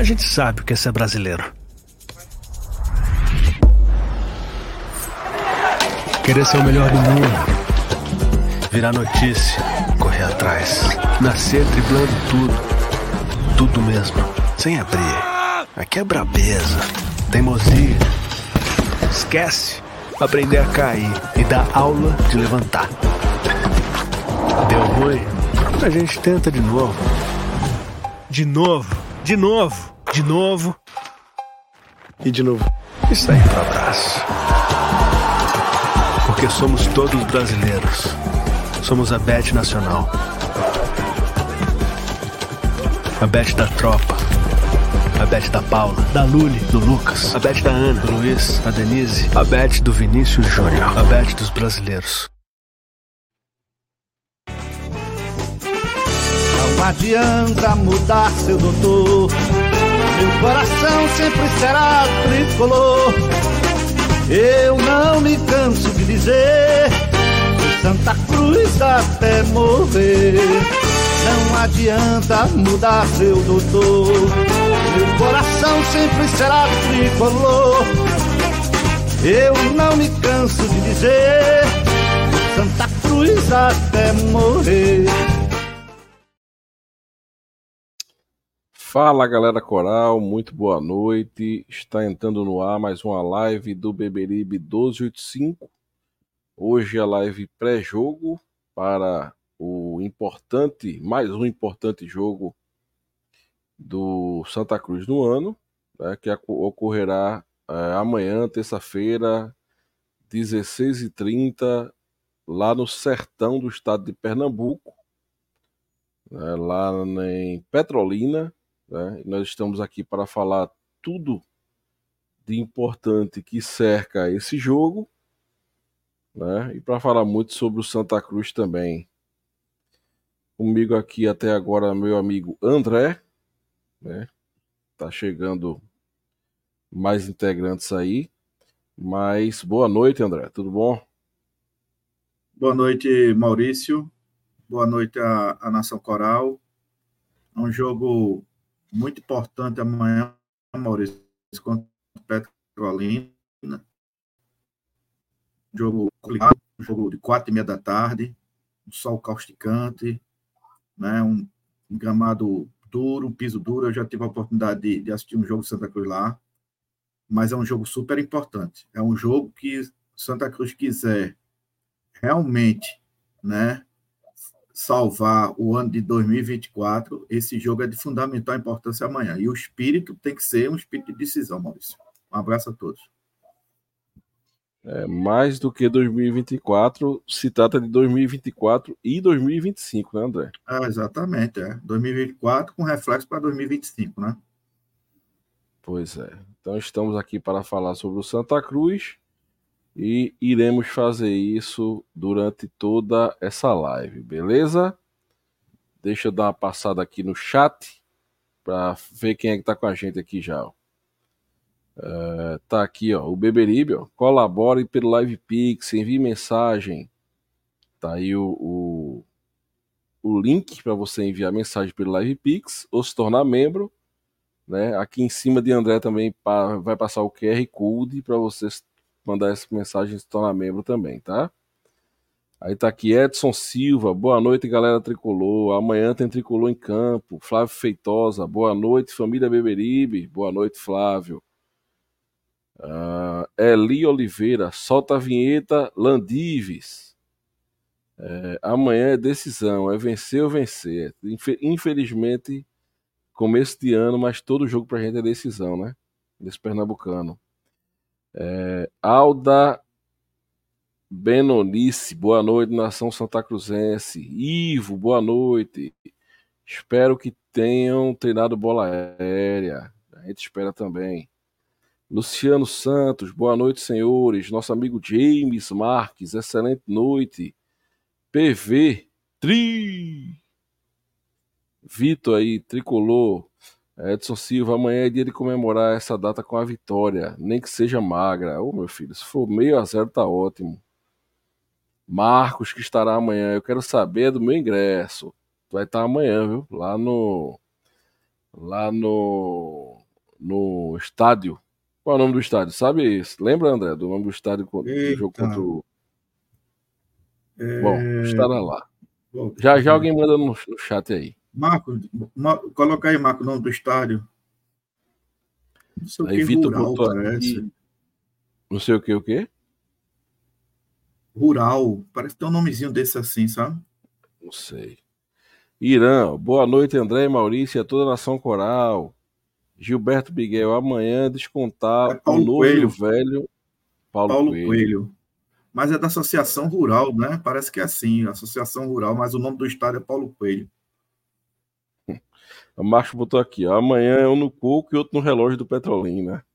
gente sabe o que é ser brasileiro. Querer ser o melhor do mundo. Virar notícia, correr atrás. Nascer driblando tudo mesmo, sem abrir. Aqui é brabeza, teimosia. Esquece, aprender a cair e dar aula de levantar. Deu ruim, a gente tenta de novo. De novo e de novo. E sair pro abraço. Porque somos todos brasileiros. Somos a Bet Nacional. A Bet da tropa. A Bet da Paula, da Luli, do Lucas. A Bet da Ana, do Luiz, da Denise. A Bet do Vinícius Júnior. A Bet dos brasileiros. Não adianta mudar, seu doutor. Meu coração sempre será tricolor. Eu não me canso de dizer Santa Cruz até morrer. Não adianta mudar, seu doutor. Meu coração sempre será tricolor. Eu não me canso de dizer Santa Cruz até morrer. Fala, galera coral, muito boa noite. Está entrando no ar mais uma live do Beberibe 1285. Hoje a live pré-jogo para mais um importante jogo do Santa Cruz no ano, né, que ocorrerá amanhã, terça-feira, 16h30, lá no sertão do estado de Pernambuco, né, lá em Petrolina. Né? Nós estamos aqui para falar tudo de importante que cerca esse jogo, né? E para falar muito sobre o Santa Cruz também. Comigo aqui até agora meu amigo André, né? Tá chegando mais integrantes aí, mas boa noite, André, tudo bom? Boa noite, Maurício, boa noite à Nação Coral. É um jogo muito importante amanhã, Maurício, contra o Petrolina. Jogo complicado, um jogo de 4h30 da tarde, um sol causticante, né? Um gramado duro, um piso duro. Eu já tive a oportunidade de assistir um jogo de Santa Cruz lá, mas é um jogo super importante. É um jogo que Santa Cruz quiser realmente, né, salvar o ano de 2024, esse jogo é de fundamental importância amanhã. E o espírito tem que ser um espírito de decisão, Maurício. Um abraço a todos. Mais do que 2024, se trata de 2024 e 2025, né, André? Exatamente, 2024 com reflexo para 2025, né? Pois é. Então estamos aqui para falar sobre o Santa Cruz e iremos fazer isso durante toda essa live, beleza? Deixa eu dar uma passada aqui no chat para ver quem é que tá com a gente aqui já. Tá aqui, ó, o Beberibe, ó, colabore pelo Live Pix, envie mensagem. Tá aí o link para você enviar mensagem pelo Live Pix ou se tornar membro, né? Aqui em cima de André também vai passar o QR Code para você mandar essa mensagem e se tornar membro também, tá? Aí tá aqui Edson Silva, boa noite, galera tricolor. Amanhã tem tricolor em campo. Flávio Feitosa, boa noite, família Beberibe. Boa noite, Flávio. Eli Oliveira, solta a vinheta, Landives. Amanhã é decisão, é vencer ou vencer. Infelizmente, começo de ano, mas todo jogo pra gente é decisão, né? Desse pernambucano. Alda Benonice, boa noite, nação Santa Cruzense. Ivo, boa noite. Espero que tenham treinado bola aérea. A gente espera também. Luciano Santos, boa noite, senhores. Nosso amigo James Marques, excelente noite. PV, Vitor aí, tricolor. Edson Silva, amanhã é dia de comemorar essa data com a vitória, nem que seja magra. Ô, meu filho, se for 0-0 tá ótimo. Marcos, que estará amanhã, eu quero saber do meu ingresso. Vai estar amanhã, viu? Lá lá no estádio. Qual é o nome do estádio? Sabe? Lembra, André, do nome do estádio do jogo Eita. contra o. Bom, É... estará lá. Pô, Já já alguém manda no chat aí. Marco, coloca aí, Marco, o nome do estádio. Não sei o Aí que, Vitor Rural, botou aqui. parece. Não sei o quê? Rural, parece que tem um nomezinho desse assim, sabe? Não sei. Irã, boa noite, André, Maurício e a toda a nação coral. Gilberto Miguel, amanhã É descontar o Paulo novo e o Coelho. velho Paulo Paulo Coelho. Coelho. Mas é da Associação Rural, né? Parece que é assim, Associação Rural, mas o nome do estádio é Paulo Coelho. A Marcos botou aqui, ó, amanhã é um no coco e outro no relógio do Petrolina.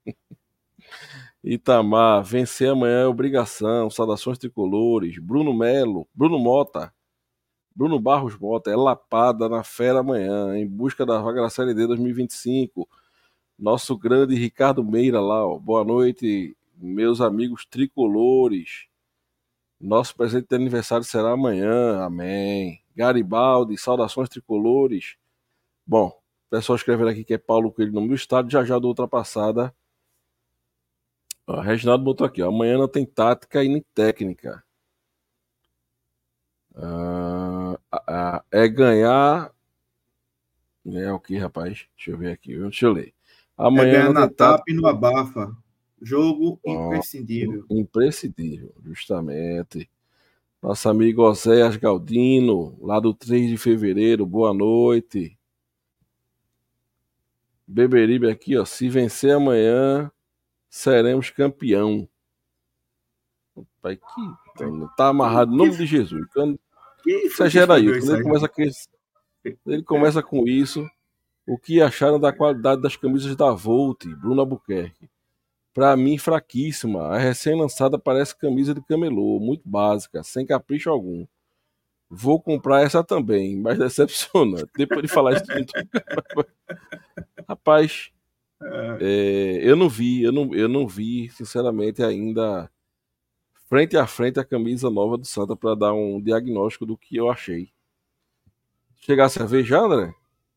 Itamar, vencer amanhã é obrigação. Saudações tricolores. Bruno Melo, Bruno Mota, Bruno Barros Mota, é lapada na fera amanhã, em busca da vaga da Série D 2025. Nosso grande Ricardo Meira lá, ó. Boa noite, meus amigos tricolores. Nosso presente de aniversário será amanhã, amém. Garibaldi, saudações tricolores. Bom, o pessoal escrevendo aqui que é Paulo Coelho, nome do estado, já já da outra passada. Ó, Reginaldo botou aqui, ó, amanhã não tem tática e nem técnica. É ganhar. É o que, rapaz? Deixa eu ver aqui, deixa eu ler. É Amanhã ganhar não na tem tapa e tática. no abafa. Jogo Ó, imprescindível. imprescindível, justamente. Nosso amigo Oséias Galdino, lá do 3 de fevereiro, boa noite. Beberibe aqui, ó. Se vencer amanhã, seremos campeão. Pai, tá amarrado em Que, nome de Jesus. Quando, que foi que exagera escreveu isso. isso aí? Quando ele começa com isso, o que acharam da qualidade das camisas da Volt, Bruno Albuquerque? Pra mim, fraquíssima. A recém-lançada parece camisa de camelô, muito básica, sem capricho algum. Vou comprar essa também, mas decepcionante. Depois de falar isso tudo. Rapaz, eu não vi, sinceramente, ainda frente a frente a camisa nova do Santa para dar um diagnóstico do que eu achei. Chegasse a ver já, André?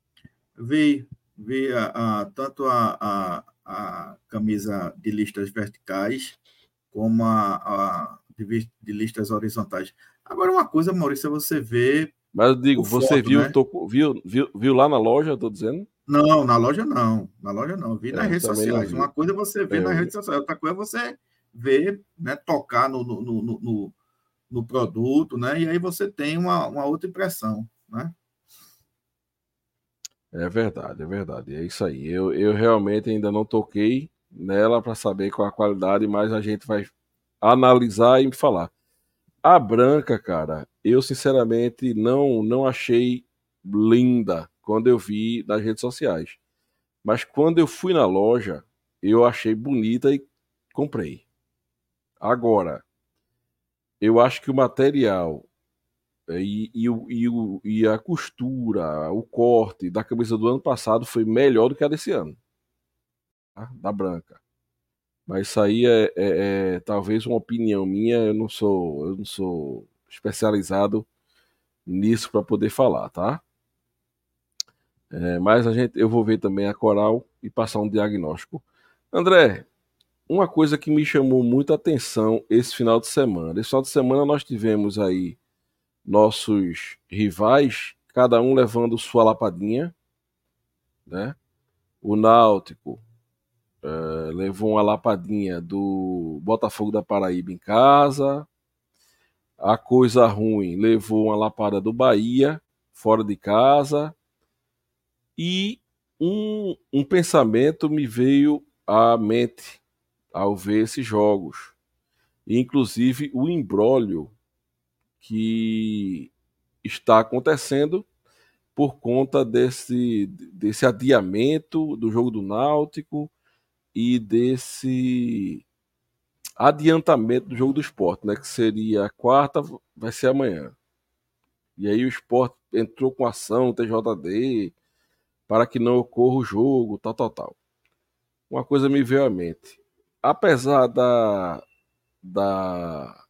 Vi tanto a camisa de listas verticais como de listas horizontais. Agora, uma coisa, Maurício, é você ver Mas eu digo, por você foto, viu, né? viu lá na loja, eu tô dizendo? Não, na loja não. Na loja não. Vi nas É, redes também não sociais. Uma vi. coisa é você ver É, nas eu redes vi. sociais, outra coisa é você ver, né, tocar no produto, né? E aí você tem uma outra impressão, né? É verdade, é verdade. É isso aí. Eu realmente ainda não toquei nela para saber qual a qualidade, mas a gente vai analisar e me falar. A branca, cara, eu sinceramente não achei linda quando eu vi nas redes sociais. Mas quando eu fui na loja, eu achei bonita e comprei. Agora, eu acho que o material e a costura, o corte da camisa do ano passado foi melhor do que a desse ano, tá? Da branca. Mas isso aí é talvez uma opinião minha, eu não sou especializado nisso para poder falar, tá? Mas eu vou ver também a coral e passar um diagnóstico. André, uma coisa que me chamou muita atenção esse final de semana. Esse final de semana nós tivemos aí nossos rivais, cada um levando sua lapadinha, né? O Náutico levou uma lapadinha do Botafogo da Paraíba em casa. A Coisa Ruim levou uma lapada do Bahia, fora de casa. E um pensamento me veio à mente ao ver esses jogos. Inclusive o imbróglio que está acontecendo por conta desse adiamento do jogo do Náutico e desse adiantamento do jogo do Sport, né? Que seria a quarta, vai ser amanhã. E aí o Sport entrou com ação no TJD para que não ocorra o jogo, tal, tal, tal. Uma coisa me veio à mente. Apesar da,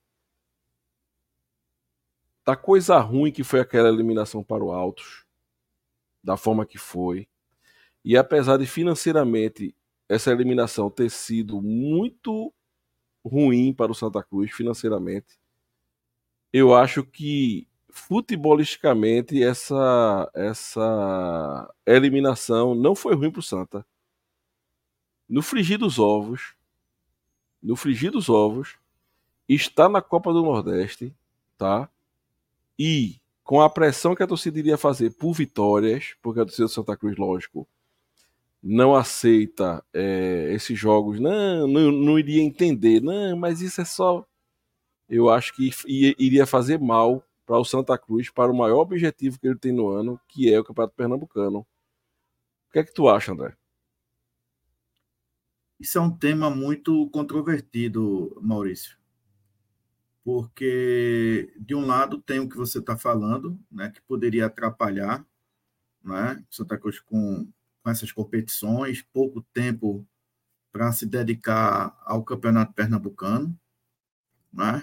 da coisa ruim que foi aquela eliminação para o Altos, da forma que foi, E apesar de financeiramente essa eliminação ter sido muito ruim para o Santa Cruz financeiramente, eu acho que futebolisticamente essa eliminação não foi ruim para o Santa. No frigir dos ovos, está na Copa do Nordeste, tá? E com a pressão que a torcida iria fazer por vitórias, porque a torcida do Santa Cruz, lógico, não aceita esses jogos, não iria entender, não, mas isso é só. Eu acho que iria fazer mal para o Santa Cruz, para o maior objetivo que ele tem no ano, que é o Campeonato Pernambucano. O que é que tu acha, André? Isso é um tema muito controvertido, Maurício, porque, de um lado, tem o que você está falando, né, que poderia atrapalhar, né, Santa Cruz com essas competições, pouco tempo para se dedicar ao Campeonato Pernambucano, né?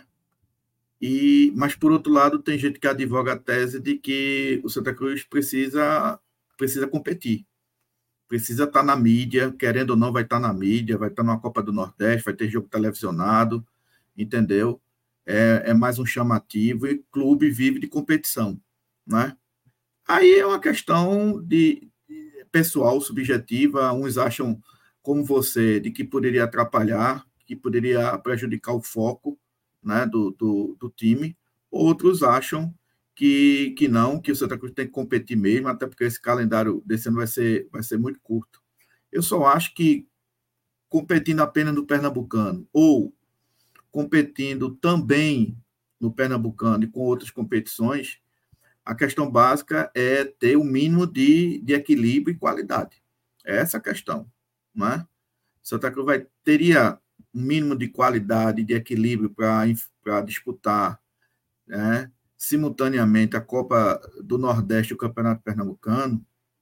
Mas, por outro lado, tem gente que advoga a tese de que o Santa Cruz precisa competir, precisa estar na mídia, querendo ou não, vai estar na mídia, vai estar numa Copa do Nordeste, vai ter jogo televisionado, entendeu? É mais um chamativo e clube vive de competição, né? Aí é uma questão de pessoal, subjetiva, uns acham, como você, de que poderia atrapalhar, que poderia prejudicar o foco, né, do time, outros acham que não, que o Santa Cruz tem que competir mesmo, até porque esse calendário desse ano vai ser muito curto. Eu só acho que competindo apenas no Pernambucano, ou competindo também no Pernambucano e com outras competições, a questão básica é ter o mínimo de equilíbrio e qualidade. É essa a questão, não é? Santa Cruz teria um mínimo de qualidade e de equilíbrio para disputar, né, simultaneamente a Copa do Nordeste e o Campeonato Pernambucano,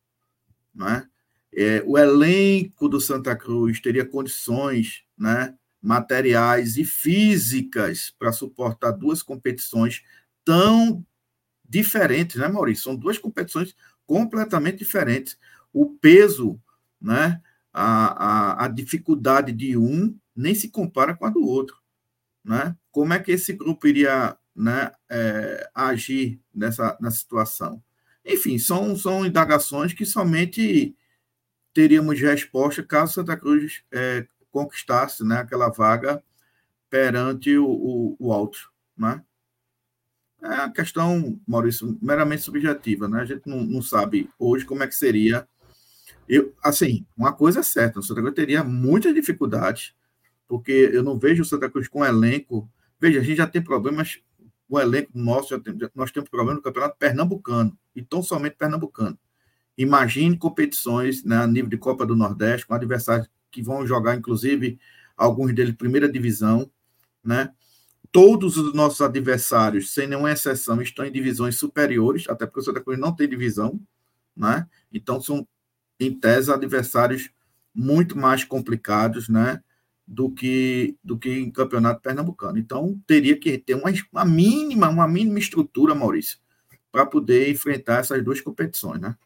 não é? O elenco do Santa Cruz teria condições, né, materiais e físicas para suportar duas competições tão diferentes, né, Maurício? São duas competições completamente diferentes. O peso, né, a dificuldade de um nem se compara com a do outro, né? Como é que esse grupo iria, né, agir nessa situação? Enfim, são indagações que somente teríamos resposta caso Santa Cruz conquistasse, né, aquela vaga perante o Alto, né? É uma questão, Maurício, meramente subjetiva, né? A gente não sabe hoje como é que seria. Assim, uma coisa é certa, o Santa Cruz teria muitas dificuldades, porque eu não vejo o Santa Cruz com elenco. Veja, a gente já tem problemas com o elenco nosso, nós temos problemas no Campeonato Pernambucano, e tão somente Pernambucano. Imagine competições, né, a nível de Copa do Nordeste, com adversários que vão jogar, inclusive, alguns deles primeira divisão, né? Todos os nossos adversários, sem nenhuma exceção, estão em divisões superiores, até porque o Santa Cruz não tem divisão, né? Então, são, em tese, adversários muito mais complicados, né, do que em campeonato pernambucano. Então, teria que ter uma mínima estrutura, Maurício, para poder enfrentar essas duas competições, né?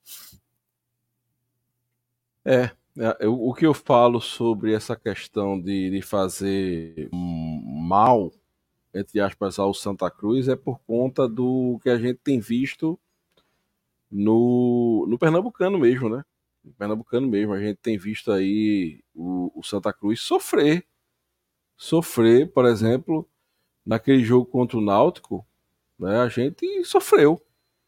O que eu falo sobre essa questão de fazer mal, entre aspas, ao Santa Cruz é por conta do que a gente tem visto no Pernambucano mesmo, né? No Pernambucano mesmo, a gente tem visto aí o Santa Cruz sofrer, por exemplo, naquele jogo contra o Náutico, né? A gente sofreu,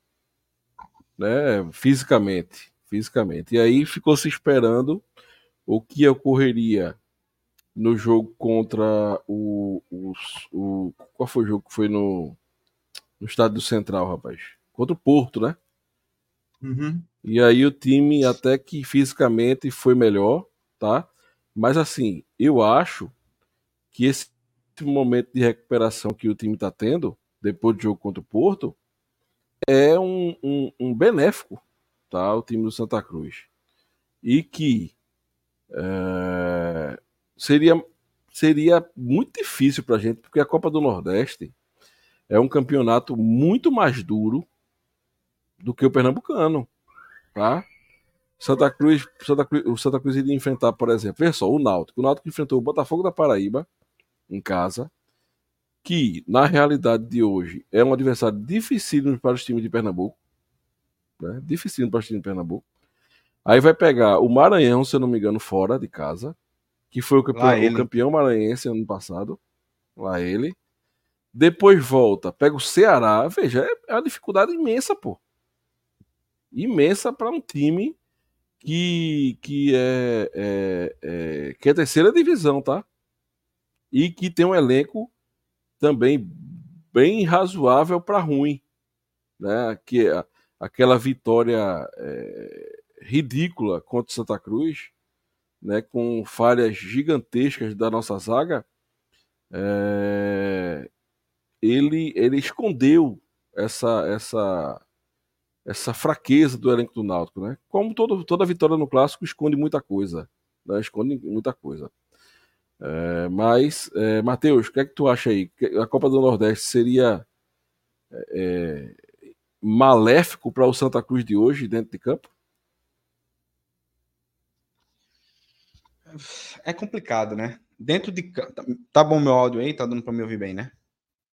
né? Fisicamente. E aí ficou se esperando o que ocorreria no jogo contra qual foi o jogo que foi no Estádio do Central, rapaz? Contra o Porto, né? Uhum. E aí o time até que fisicamente foi melhor, tá? Mas assim, eu acho que esse momento de recuperação que o time está tendo, depois do jogo contra o Porto, é um benéfico, tá? O time do Santa Cruz. E que seria muito difícil para a gente, porque a Copa do Nordeste é um campeonato muito mais duro do que o Pernambucano, tá? o Santa Cruz iria enfrentar, por exemplo, veja só, o Náutico. O Náutico enfrentou o Botafogo da Paraíba em casa, que na realidade de hoje é um adversário dificílimo para os times de Pernambuco, né? Dificílimo para os times de Pernambuco. Aí vai pegar o Maranhão, se eu não me engano, fora de casa, que foi o campeão maranhense ano passado, lá ele. Depois volta, pega o Ceará, veja, é uma dificuldade imensa, pô. Imensa para um time que é terceira divisão, tá? E que tem um elenco também bem razoável para ruim, né? Aquela vitória ridícula contra o Santa Cruz, né? Com falhas gigantescas da nossa zaga, ele escondeu essa fraqueza do elenco do Náutico, né? Como toda vitória no clássico esconde muita coisa, né? Esconde muita coisa. Mas, Matheus, o que é que tu acha aí? A Copa do Nordeste seria maléfico para o Santa Cruz de hoje dentro de campo? É complicado, né? Dentro de campo. Tá bom meu áudio aí? Tá dando para me ouvir bem, né?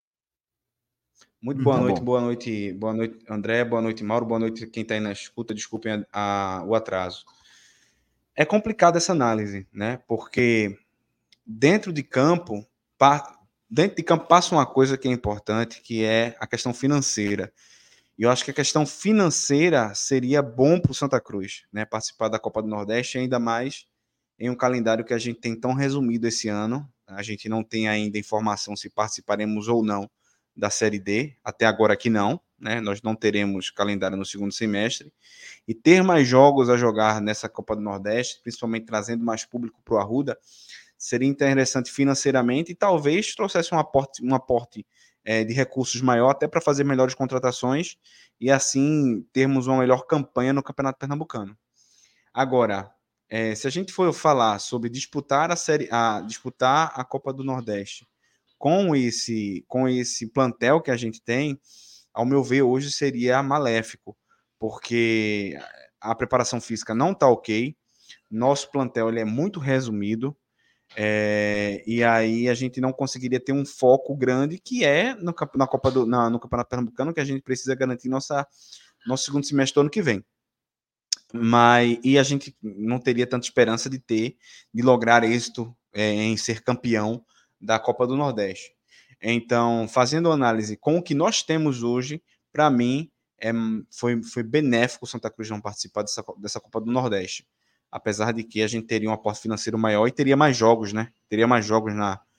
Muito boa noite, boa noite, André, boa noite, Mauro, boa noite quem está aí na escuta, desculpem o atraso. É complicada essa análise, né? Porque dentro de campo passa uma coisa que é importante, que é a questão financeira. E eu acho que a questão financeira seria bom para o Santa Cruz, né? Participar da Copa do Nordeste, ainda mais em um calendário que a gente tem tão resumido esse ano. A gente não tem ainda informação se participaremos ou não da Série D, até agora que não, né? Nós não teremos calendário no segundo semestre, e ter mais jogos a jogar nessa Copa do Nordeste, principalmente trazendo mais público para o Arruda, seria interessante financeiramente e talvez trouxesse um aporte de recursos maior até para fazer melhores contratações e assim termos uma melhor campanha no Campeonato Pernambucano. Agora, se a gente for falar sobre disputar a Copa do Nordeste com esse plantel que a gente tem, ao meu ver, hoje seria maléfico, porque a preparação física não está ok, nosso plantel ele é muito resumido, e aí a gente não conseguiria ter um foco grande que é no Campeonato Pernambucano, que a gente precisa garantir nosso segundo semestre do ano que vem. E a gente não teria tanta esperança de lograr êxito em ser campeão da Copa do Nordeste. Então, fazendo análise com o que nós temos hoje, para mim, foi benéfico o Santa Cruz não participar dessa Copa do Nordeste. Apesar de que a gente teria um aporte financeiro maior e teria mais jogos, né? Teria mais jogos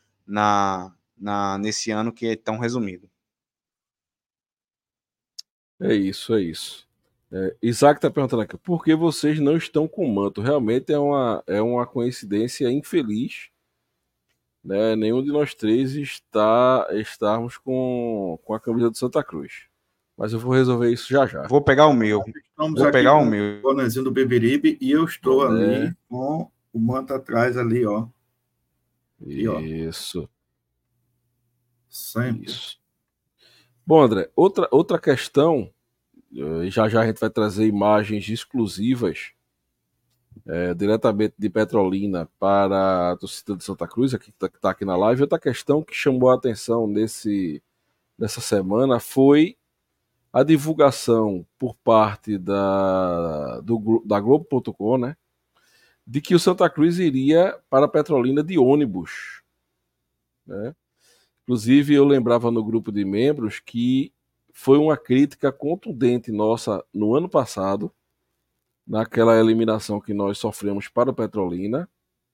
nesse ano que é tão resumido. É isso. Isaac está perguntando aqui, por que vocês não estão com manto? Realmente é uma coincidência infeliz, né? Nenhum de nós três estarmos com a camisa do Santa Cruz. Mas eu vou resolver isso já. Vou pegar o meu. Vou pegar o meu. O bonezinho do Beberibe e eu estou ali com o manto atrás ali, ó. Isso. Sempre. Isso. Bom, André, outra questão, já a gente vai trazer imagens exclusivas diretamente de Petrolina para a torcida de Santa Cruz, que está aqui na live. Outra questão que chamou a atenção nessa semana foi a divulgação por parte da Globo.com, né, de que o Santa Cruz iria para Petrolina de ônibus, né? Inclusive, eu lembrava no grupo de membros que foi uma crítica contundente nossa no ano passado, naquela eliminação que nós sofremos para o Petrolina.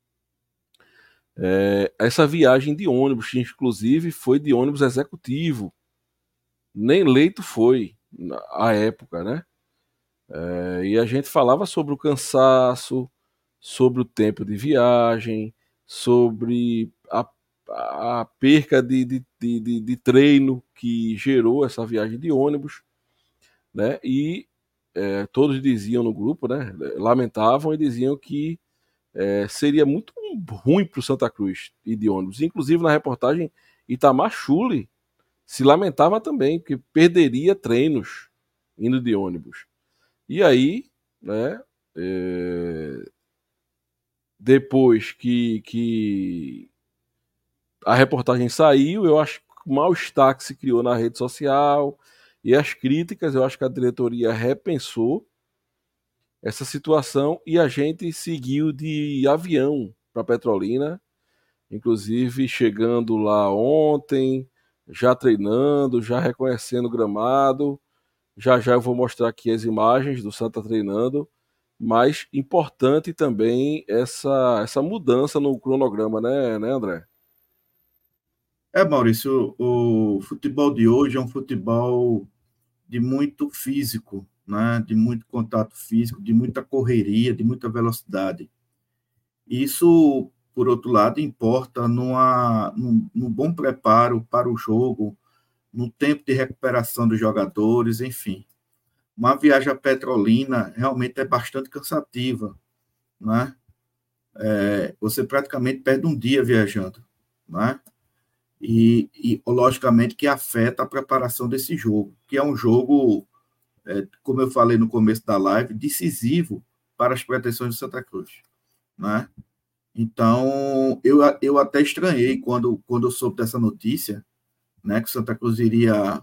Essa viagem de ônibus, que inclusive foi de ônibus executivo, nem leito foi à época, né? E a gente falava sobre o cansaço, sobre o tempo de viagem, sobre a perca de treino que gerou essa viagem de ônibus, né? E todos diziam no grupo, né? Lamentavam e diziam que seria muito ruim para o Santa Cruz ir de ônibus. Inclusive na reportagem, Itamar Schulli se lamentava também, que perderia treinos indo de ônibus. E aí, né, depois que a reportagem saiu, eu acho que o mal-estar que se criou na rede social e as críticas, eu acho que a diretoria repensou essa situação e a gente seguiu de avião para Petrolina, inclusive chegando lá ontem, já treinando, já reconhecendo o gramado. Já já eu vou mostrar aqui as imagens do Santa treinando, mas importante também essa mudança no cronograma, né, André? Maurício, o futebol de hoje é um futebol de muito físico, né? De muito contato físico, de muita correria, de muita velocidade. Isso, por outro lado, importa num bom preparo para o jogo, no tempo de recuperação dos jogadores, enfim. Uma viagem a Petrolina realmente é bastante cansativa, né? Você praticamente perde um dia viajando, né? E logicamente que afeta a preparação desse jogo, que é um jogo, como eu falei no começo da live, decisivo para as pretensões do Santa Cruz, né? Então, eu até estranhei quando eu soube dessa notícia, né, que o Santa Cruz iria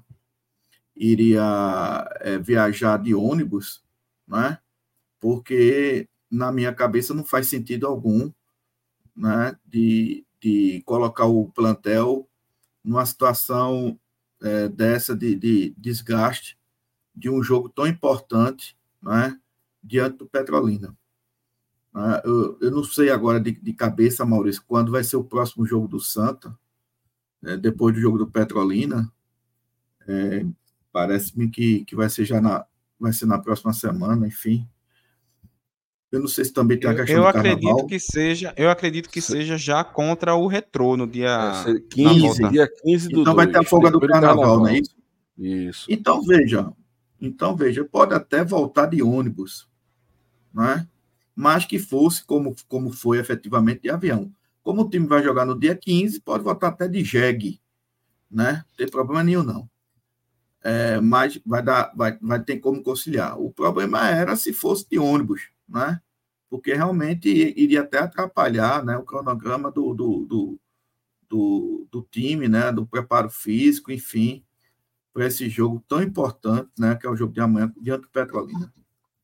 viajar de ônibus, né? Porque na minha cabeça não faz sentido algum, né, de colocar o plantel numa situação dessa de desgaste de um jogo tão importante, né, diante do Petrolina. Eu não sei agora de cabeça, Maurício, quando vai ser o próximo jogo do Santa, depois do jogo do Petrolina. Parece-me que vai ser vai ser na próxima semana, enfim. Eu não sei se também tem a questão Eu do acredito carnaval. eu acredito que seja já contra o Retrô no dia na 15, volta. dia 15 do Então vai ter a 2, folga do depois do carnaval, não é carnaval. isso? Isso. Então veja, pode até voltar de ônibus, né? Mas que fosse como foi efetivamente de avião. Como o time vai jogar no dia 15, pode voltar até de jegue, né? Não tem problema nenhum, não. Mas vai ter como conciliar. O problema era se fosse de ônibus, né? Porque realmente iria até atrapalhar, né, o cronograma do time, né, do preparo físico, enfim, para esse jogo tão importante, né, que é o jogo de amanhã diante do Petrolina.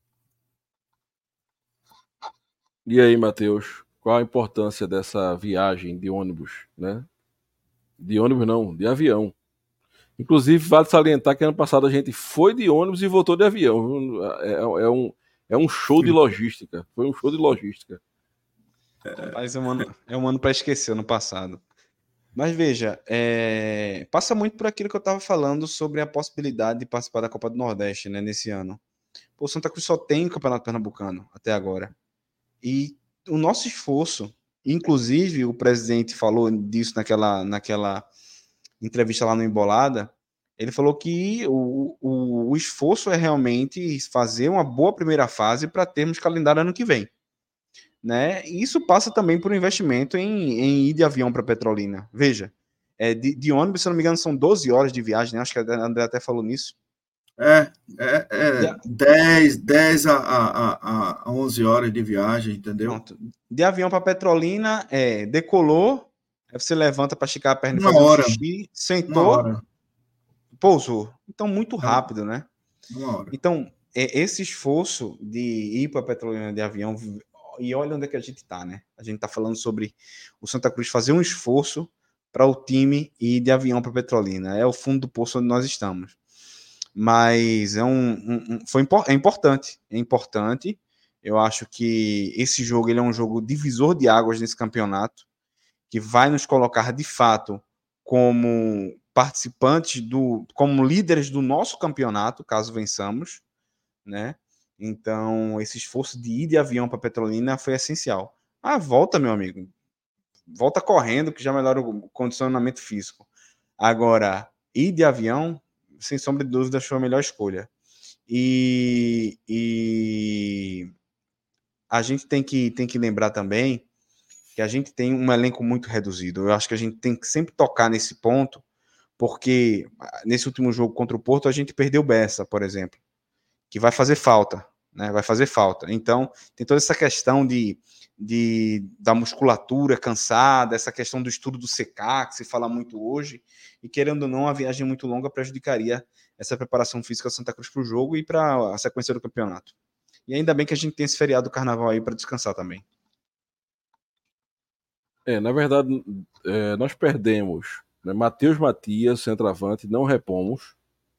E aí, Matheus, qual a importância dessa viagem de ônibus, né? De ônibus não, de avião. Inclusive, vale salientar que ano passado a gente foi de ônibus e voltou de avião. É um show de logística. Foi um show de logística. Mas é um ano para esquecer no passado. Mas veja, passa muito por aquilo que eu estava falando sobre a possibilidade de participar da Copa do Nordeste, né, nesse ano. O Santa Cruz só tem o Campeonato Pernambucano até agora. E o nosso esforço, inclusive o presidente falou disso naquela entrevista lá no Embolada, ele falou que o esforço é realmente fazer uma boa primeira fase para termos calendário ano que vem. Né? E isso passa também por um investimento em ir de avião para Petrolina. Veja, de ônibus, se eu não me engano, são 12 horas de viagem, né? Acho que a André até falou nisso. 10 a 11 horas de viagem, entendeu? Pronto. De avião para Petrolina, decolou, aí você levanta para esticar a perna e Uma fazer hora. um xixi, sentou, Uma hora. pousou. Então, muito rápido, né? Uma hora. Então, esse esforço de ir para Petrolina de avião, e olha onde é que a gente está, né? A gente está falando sobre o Santa Cruz fazer um esforço para o time ir de avião para Petrolina. É o fundo do poço onde nós estamos. Mas é importante. É importante. Eu acho que esse jogo ele é um jogo divisor de águas nesse campeonato, que vai nos colocar, de fato, como participantes, como líderes do nosso campeonato, caso vençamos, né? Então, esse esforço de ir de avião para Petrolina foi essencial. Volta, meu amigo. Volta correndo, que já melhora o condicionamento físico. Agora, ir de avião, sem sombra de dúvida, foi a melhor escolha. E a gente tem que lembrar também que a gente tem um elenco muito reduzido. Eu acho que a gente tem que sempre tocar nesse ponto, porque nesse último jogo contra o Porto, a gente perdeu o Bessa, por exemplo, que vai fazer falta, né? Vai fazer falta. Então, tem toda essa questão da musculatura cansada, essa questão do estudo do CK, que se fala muito hoje, e querendo ou não, a viagem muito longa prejudicaria essa preparação física do Santa Cruz para o jogo e para a sequência do campeonato. E ainda bem que a gente tem esse feriado do carnaval aí para descansar também. Na verdade, nós perdemos, né, Matheus Matias, centroavante, não repomos.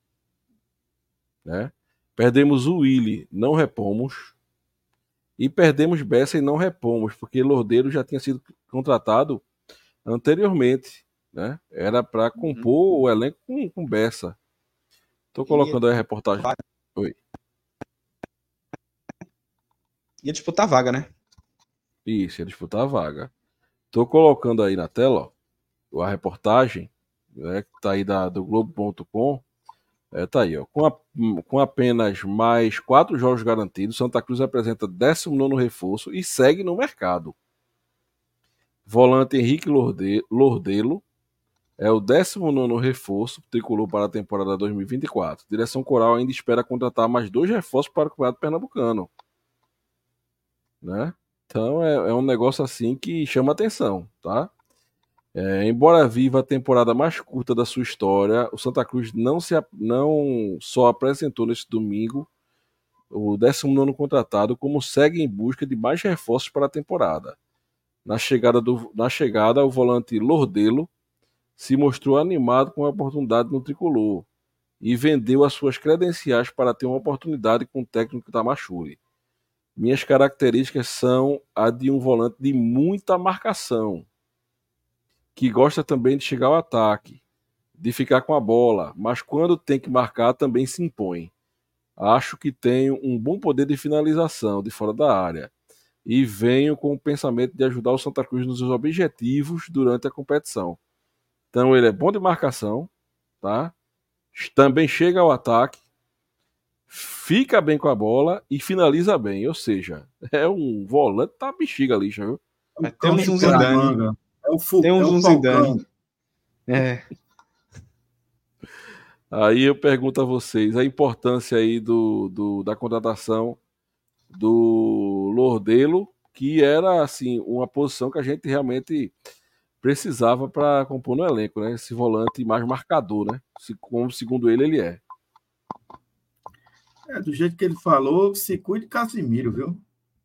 Né? Perdemos o Willi, não repomos. E perdemos Bessa e não repomos, porque Lordeiro já tinha sido contratado anteriormente. Né? Era para compor o elenco com Bessa. Estou colocando aí a reportagem. Oi. Ia disputar a vaga, né? Isso, ia disputar a vaga. Estou colocando aí na tela ó, a reportagem, né, que está aí do Globo.com. Tá aí, ó. Com apenas mais 4 jogos garantidos, Santa Cruz apresenta 19º reforço e segue no mercado. Volante Henrique Lordelo é o 19º reforço tricolor para a temporada 2024. Direção Coral ainda espera contratar mais 2 reforços para o campeonato pernambucano. Né? Então é um negócio assim que chama atenção, tá? Embora viva a temporada mais curta da sua história, o Santa Cruz não só apresentou neste domingo o 19º contratado, como segue em busca de mais reforços para a temporada. Na chegada, o volante Lordelo se mostrou animado com a oportunidade no tricolor e vendeu as suas credenciais para ter uma oportunidade com o técnico Tamachuri. Minhas características são a de um volante de muita marcação, que gosta também de chegar ao ataque, de ficar com a bola, mas quando tem que marcar também se impõe. Acho que tenho um bom poder de finalização de fora da área e venho com o pensamento de ajudar o Santa Cruz nos seus objetivos durante a competição. Então ele é bom de marcação, tá? Também chega ao ataque, fica bem com a bola e finaliza bem. Ou seja, é um volante da bexiga lixa, viu? Temos um Zidane. Temos um Zidane. Aí eu pergunto a vocês a importância aí da contratação do Lordelo, que era assim uma posição que a gente realmente precisava para compor no elenco, né? Esse volante mais marcador, né? Como segundo ele é. Do jeito que ele falou, se cuide Casimiro, viu?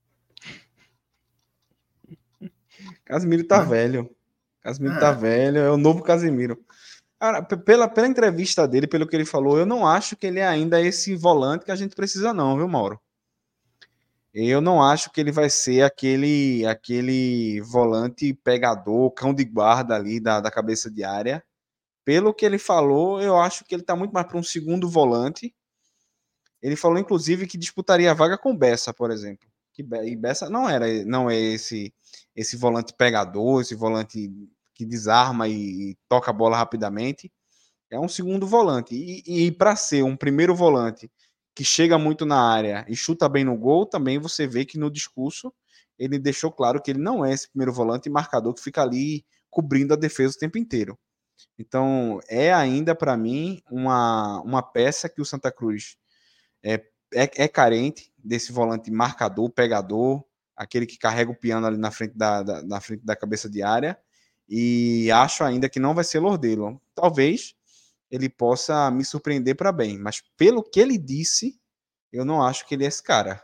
Casimiro tá velho. Casimiro tá velho, é o novo Casimiro. Cara, pela entrevista dele, pelo que ele falou, eu não acho que ele é ainda esse volante que a gente precisa não, viu, Mauro? Eu não acho que ele vai ser aquele volante pegador, cão de guarda ali da cabeça de área. Pelo que ele falou, eu acho que ele tá muito mais para um segundo volante. Ele falou, inclusive, que disputaria a vaga com Bessa, por exemplo. E Bessa não é esse volante pegador, esse volante que desarma e toca a bola rapidamente. É um segundo volante. E para ser um primeiro volante que chega muito na área e chuta bem no gol, também você vê que no discurso ele deixou claro que ele não é esse primeiro volante marcador que fica ali cobrindo a defesa o tempo inteiro. Então, é ainda para mim uma peça que o Santa Cruz é carente desse volante marcador, pegador, aquele que carrega o piano ali na frente da cabeça de área, e acho ainda que não vai ser Lordelo. Talvez ele possa me surpreender para bem, mas pelo que ele disse, eu não acho que ele é esse cara.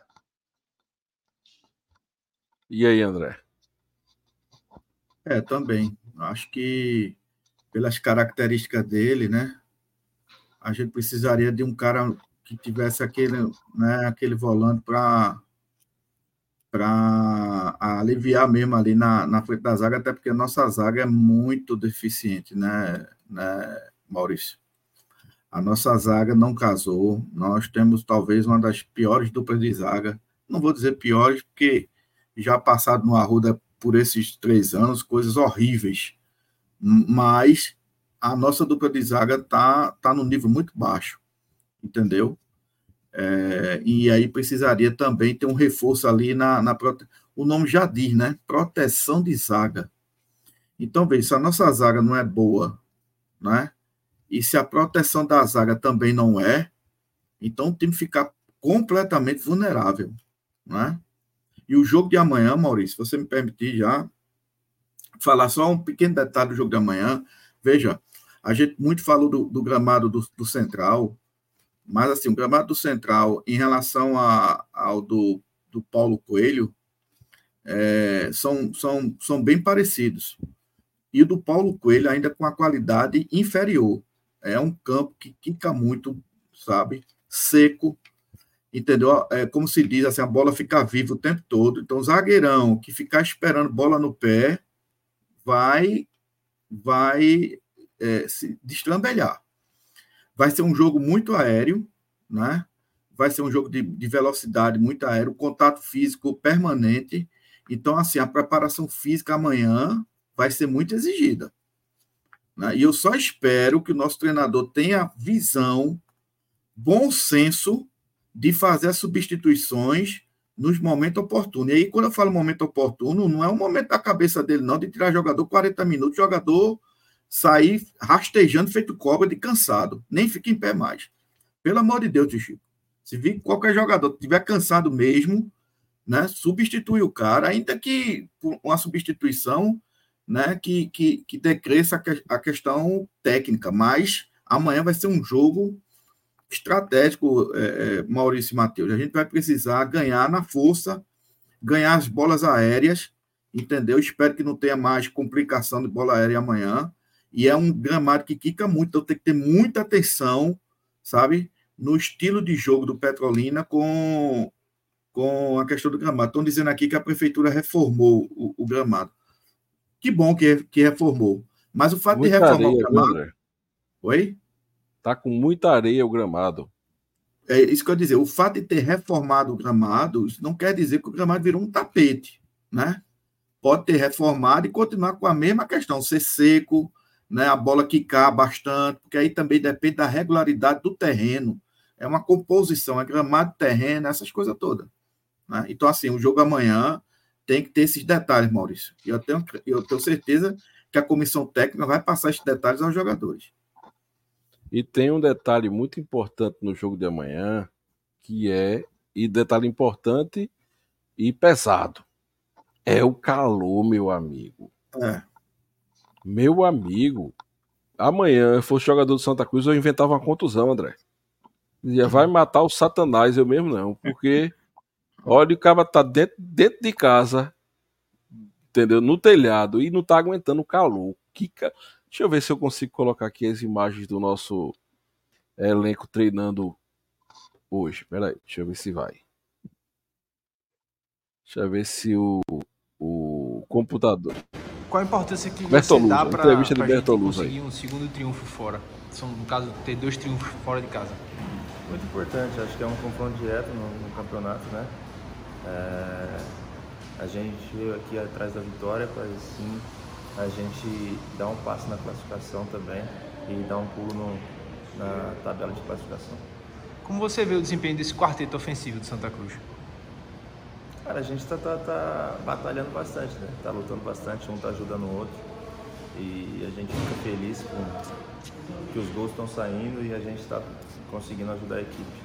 E aí, André? Também. Acho que pelas características dele, né, a gente precisaria de um cara que tivesse aquele volante para aliviar mesmo ali na frente da zaga, até porque a nossa zaga é muito deficiente, né, Maurício? A nossa zaga não casou, nós temos talvez uma das piores duplas de zaga, não vou dizer piores, porque já passado no Arruda por esses 3 anos, coisas horríveis, mas a nossa dupla de zaga tá no nível muito baixo, entendeu? E aí precisaria também ter um reforço ali o nome já diz, né? Proteção de zaga. Então, veja, se a nossa zaga não é boa, né? E se a proteção da zaga também não é, então o time ficar completamente vulnerável, né? E o jogo de amanhã, Maurício, se você me permitir já falar só um pequeno detalhe do jogo de amanhã. Veja, a gente muito falou do gramado do Central, mas assim, o gramado do Central, em relação ao do Paulo Coelho, são bem parecidos. E o do Paulo Coelho ainda com a qualidade inferior. É um campo que quica muito, sabe? Seco, entendeu? Como se diz, assim, a bola fica viva o tempo todo. Então, o zagueirão que ficar esperando bola no pé vai se destrambelhar. Vai ser um jogo muito aéreo, né? Vai ser um jogo de velocidade muito aéreo, contato físico permanente. Então, assim, a preparação física amanhã vai ser muito exigida, né? E eu só espero que o nosso treinador tenha visão, bom senso de fazer as substituições nos momentos oportunos. E aí, quando eu falo momento oportuno, não é um momento da cabeça dele, não, de tirar jogador 40 minutos, jogador sair rastejando, feito cobra de cansado. Nem fica em pé mais. Pelo amor de Deus, Chico. Se vir qualquer jogador que estiver cansado mesmo, né, substitui o cara, ainda que uma substituição, né, que decresça a questão técnica. Mas amanhã vai ser um jogo estratégico, Maurício e Matheus. A gente vai precisar ganhar na força, ganhar as bolas aéreas, entendeu? Espero que não tenha mais complicação de bola aérea amanhã. E é um gramado que quica muito, então tem que ter muita atenção, sabe? No estilo de jogo do Petrolina com a questão do gramado. Estão dizendo aqui que a prefeitura reformou o gramado. Que bom que reformou. Mas o fato de reformar o gramado... André. Oi? Tá com muita areia o gramado. É isso que eu ia dizer. O fato de ter reformado o gramado, isso não quer dizer que o gramado virou um tapete, né? Pode ter reformado e continuar com a mesma questão, ser seco, né? A bola quicar bastante, porque aí também depende da regularidade do terreno. É uma composição, é gramado, terreno, essas coisas todas, né? Então, assim, o jogo amanhã tem que ter esses detalhes, Maurício. E eu tenho certeza que a comissão técnica vai passar esses detalhes aos jogadores. E tem um detalhe muito importante no jogo de amanhã, e detalhe importante e pesado, é o calor, meu amigo. Meu amigo, amanhã, eu fosse jogador do Santa Cruz, eu inventava uma contusão, André. Dizia, vai matar o Satanás, eu mesmo não, porque olha, o cara tá dentro de casa, entendeu? No telhado, e não tá aguentando o calor. Deixa eu ver se eu consigo colocar aqui as imagens do nosso elenco treinando hoje. Peraí, deixa eu ver se vai. Deixa eu ver se o computador... Qual a importância que Bertolucci, você dá para a gente Bertolucci conseguir um segundo triunfo fora? No caso, ter 2 triunfos fora de casa. Muito importante, acho que é um confronto direto no campeonato, né? A gente veio aqui atrás da vitória para assim a gente dar um passo na classificação também e dar um pulo na tabela de classificação. Como você vê o desempenho desse quarteto ofensivo do Santa Cruz? Cara, a gente tá batalhando bastante, né? Tá lutando bastante, um tá ajudando o outro. E a gente fica feliz com que os gols estão saindo e a gente tá conseguindo ajudar a equipe.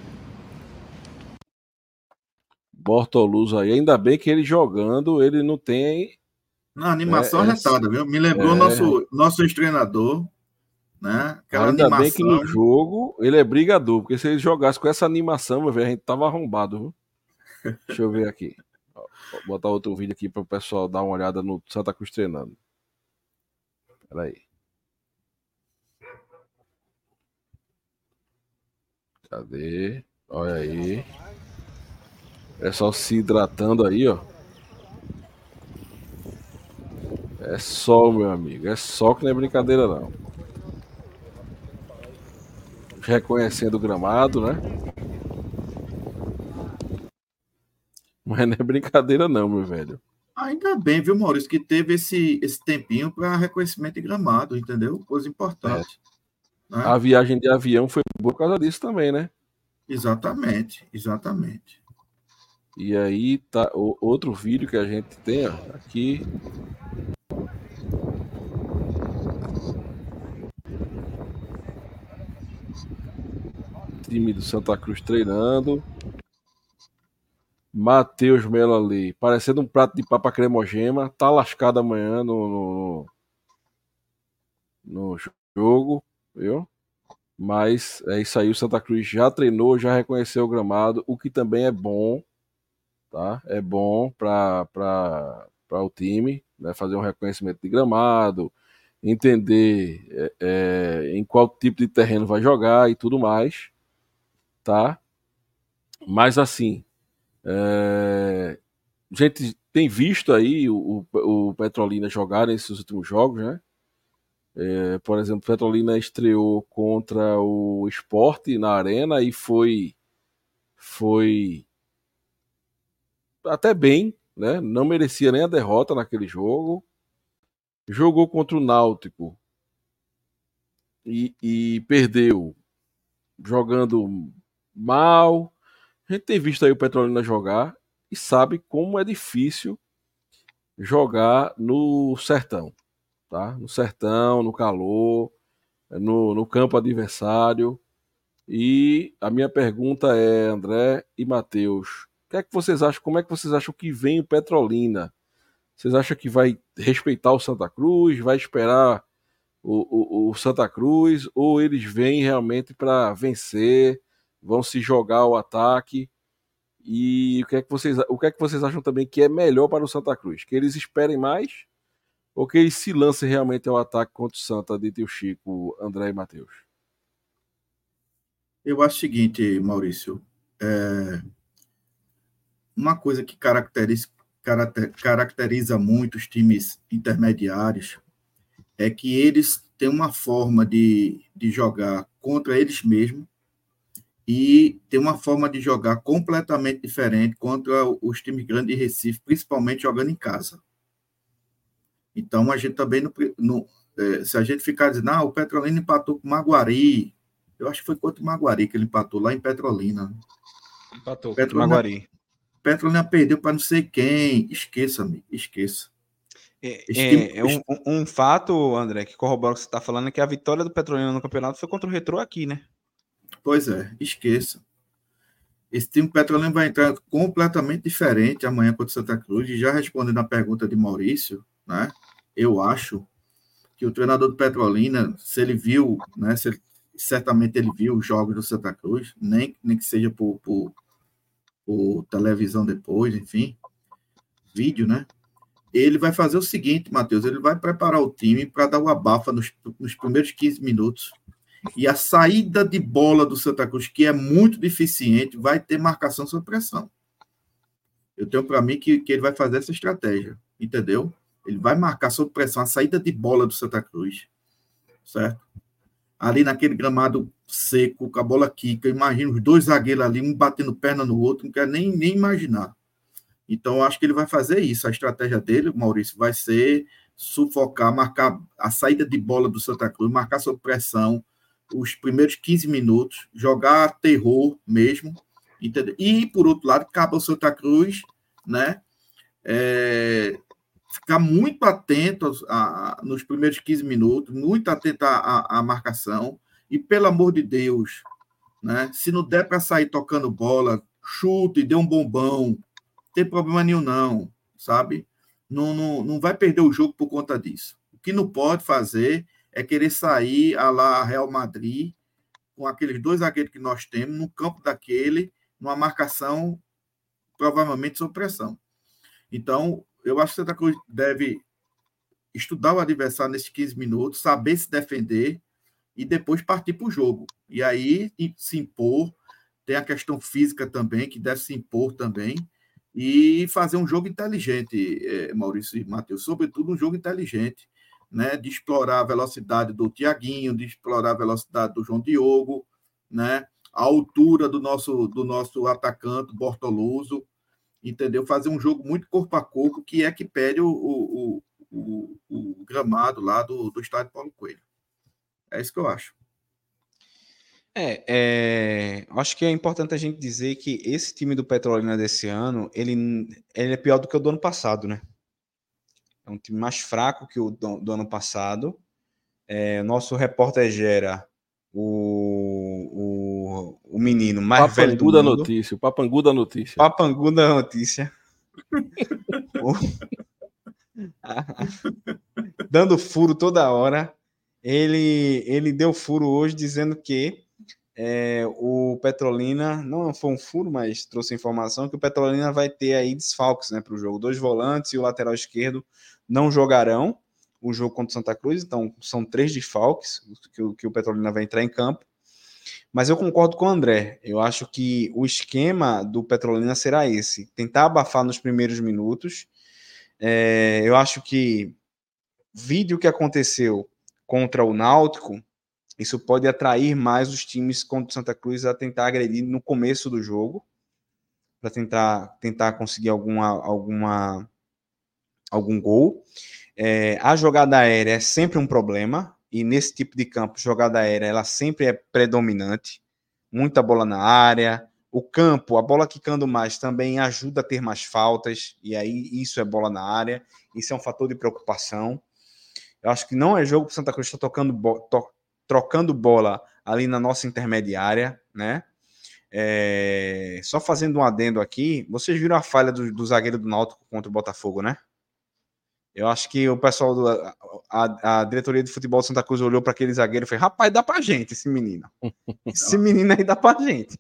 Bortolucci aí, ainda bem que ele jogando, ele não tem... Na animação arretada, viu? Me lembrou nosso ex-treinador, né? Aquela ainda animação. bem que no jogo ele é brigador, porque se ele jogasse com essa animação, meu velho, a gente tava arrombado, viu? Deixa eu ver aqui. Vou botar outro vídeo aqui para o pessoal dar uma olhada no Santa Cruz treinando. Peraí. Cadê? Olha aí. Pessoal se hidratando aí, ó. É sol, meu amigo. É sol que não é brincadeira, não. Reconhecendo o gramado, né? Mas não é brincadeira não, meu velho. Ainda bem, viu, Maurício, que teve esse tempinho para reconhecimento de gramado, entendeu? Coisa importante. Né? A viagem de avião foi boa por causa disso também, né? Exatamente. E aí tá outro vídeo que a gente tem, ó, aqui. Time do Santa Cruz treinando. Matheus Melo ali, parecendo um prato de papa cremogema, tá lascado amanhã no jogo, viu? Mas é isso aí, o Santa Cruz já treinou, já reconheceu o gramado, o que também é bom, tá? É bom para o time, né? Fazer um reconhecimento de gramado, entender em qual tipo de terreno vai jogar e tudo mais, tá? Mas assim, a gente tem visto aí o Petrolina jogar nesses últimos jogos, né? Por exemplo, o Petrolina estreou contra o Sport na Arena e foi até bem, né? Não merecia nem a derrota naquele jogo. Jogou contra o Náutico e perdeu jogando mal. A gente tem visto aí o Petrolina jogar e sabe como é difícil jogar no sertão, tá? No sertão, no calor, no campo adversário. E a minha pergunta é, André e Matheus, o que é que vocês acham? Como é que vocês acham que vem o Petrolina? Vocês acham que vai respeitar o Santa Cruz, vai esperar o Santa Cruz, ou eles vêm realmente para vencer, vão se jogar ao ataque? E o que é que vocês acham também que é melhor para o Santa Cruz? Que eles esperem mais ou que eles se lancem realmente ao ataque contra o Santa de Tio Chico, André e Matheus? Eu acho o seguinte, Maurício, uma coisa que caracteriza muito os times intermediários é que eles têm uma forma de jogar contra eles mesmos e tem uma forma de jogar completamente diferente contra os times grandes de Recife, principalmente jogando em casa. Então, a gente também se a gente ficar dizendo, o Petrolina empatou com o Maguari, eu acho que foi contra o Maguari que ele empatou lá em Petrolina. Empatou contra o Maguari. Petrolina perdeu para não sei quem. Esqueça, amigo, esqueça. Um fato, André, que corrobora o que você está falando, é que a vitória do Petrolina no campeonato foi contra o Retrô aqui, né? Pois é, esqueça. Esse time Petrolina vai entrar completamente diferente amanhã contra o Santa Cruz. E já respondendo a pergunta de Maurício, né? Eu acho que o treinador do Petrolina, se ele viu, né? Certamente ele viu os jogos do Santa Cruz, nem que seja por televisão depois, enfim, vídeo, né? Ele vai fazer o seguinte, Matheus, ele vai preparar o time para dar o abafa nos primeiros 15 minutos. E a saída de bola do Santa Cruz, que é muito deficiente, vai ter marcação sob pressão. Eu tenho para mim que ele vai fazer essa estratégia, entendeu? Ele vai marcar sob pressão a saída de bola do Santa Cruz, certo? Ali naquele gramado seco, com a bola quica, imagina os dois zagueiros ali, um batendo perna no outro, não quero nem imaginar. Então, eu acho que ele vai fazer isso. A estratégia dele, Maurício, vai ser sufocar, marcar a saída de bola do Santa Cruz, marcar sob pressão os primeiros 15 minutos, jogar terror mesmo, entendeu? E, por outro lado, acaba o Santa Cruz, né? Ficar muito atento nos primeiros 15 minutos, muito atento à marcação, e, pelo amor de Deus, né? Se não der para sair tocando bola, chute, dê um bombão, não tem problema nenhum, não, sabe? Não vai perder o jogo por conta disso. O que não pode fazer é querer sair a lá Real Madrid, com aqueles dois zagueiros que nós temos, no campo daquele, numa marcação provavelmente sob pressão. Então, eu acho que o Santa Cruz deve estudar o adversário nesses 15 minutos, saber se defender e depois partir para o jogo. E aí se impor. Tem a questão física também, que deve se impor também, e fazer um jogo inteligente, Maurício e Matheus, sobretudo um jogo inteligente, né, de explorar a velocidade do Thiaguinho, de explorar a velocidade do João Diogo, né, a altura do nosso atacante, Bortoluso, entendeu? Fazer um jogo muito corpo a corpo, que é que pede o gramado lá do estádio Paulo Coelho. É isso que eu acho. Acho que é importante a gente dizer que esse time do Petrolina desse ano, ele é pior do que o do ano passado, né? É um time mais fraco que o do ano passado. Nosso repórter Gera o menino mais velho do Papangu da mundo. notícia, o Papangu da notícia. Papangu da notícia. Dando furo toda hora. Ele deu furo hoje dizendo que o Petrolina, não foi um furo, mas trouxe informação que o Petrolina vai ter aí desfalques, né, para o jogo. 2 volantes e o lateral esquerdo não jogarão o jogo contra o Santa Cruz, então são 3 desfalques que o Petrolina vai entrar em campo. Mas eu concordo com o André. Eu acho que o esquema do Petrolina será esse: tentar abafar nos primeiros minutos. Eu acho que, vídeo que aconteceu contra o Náutico, isso pode atrair mais os times contra o Santa Cruz a tentar agredir no começo do jogo, para tentar conseguir algum gol. A jogada aérea é sempre um problema, e nesse tipo de campo, jogada aérea, ela sempre é predominante. Muita bola na área. O campo, a bola quicando mais, também ajuda a ter mais faltas, e aí isso é bola na área. Isso é um fator de preocupação. Eu acho que não é jogo para o Santa Cruz estar trocando bola ali na nossa intermediária, né? Só fazendo um adendo aqui, vocês viram a falha do zagueiro do Náutico contra o Botafogo, né? Eu acho que o pessoal, a diretoria de futebol de Santa Cruz olhou para aquele zagueiro e falou: rapaz, dá pra gente esse menino. Esse menino aí dá pra gente.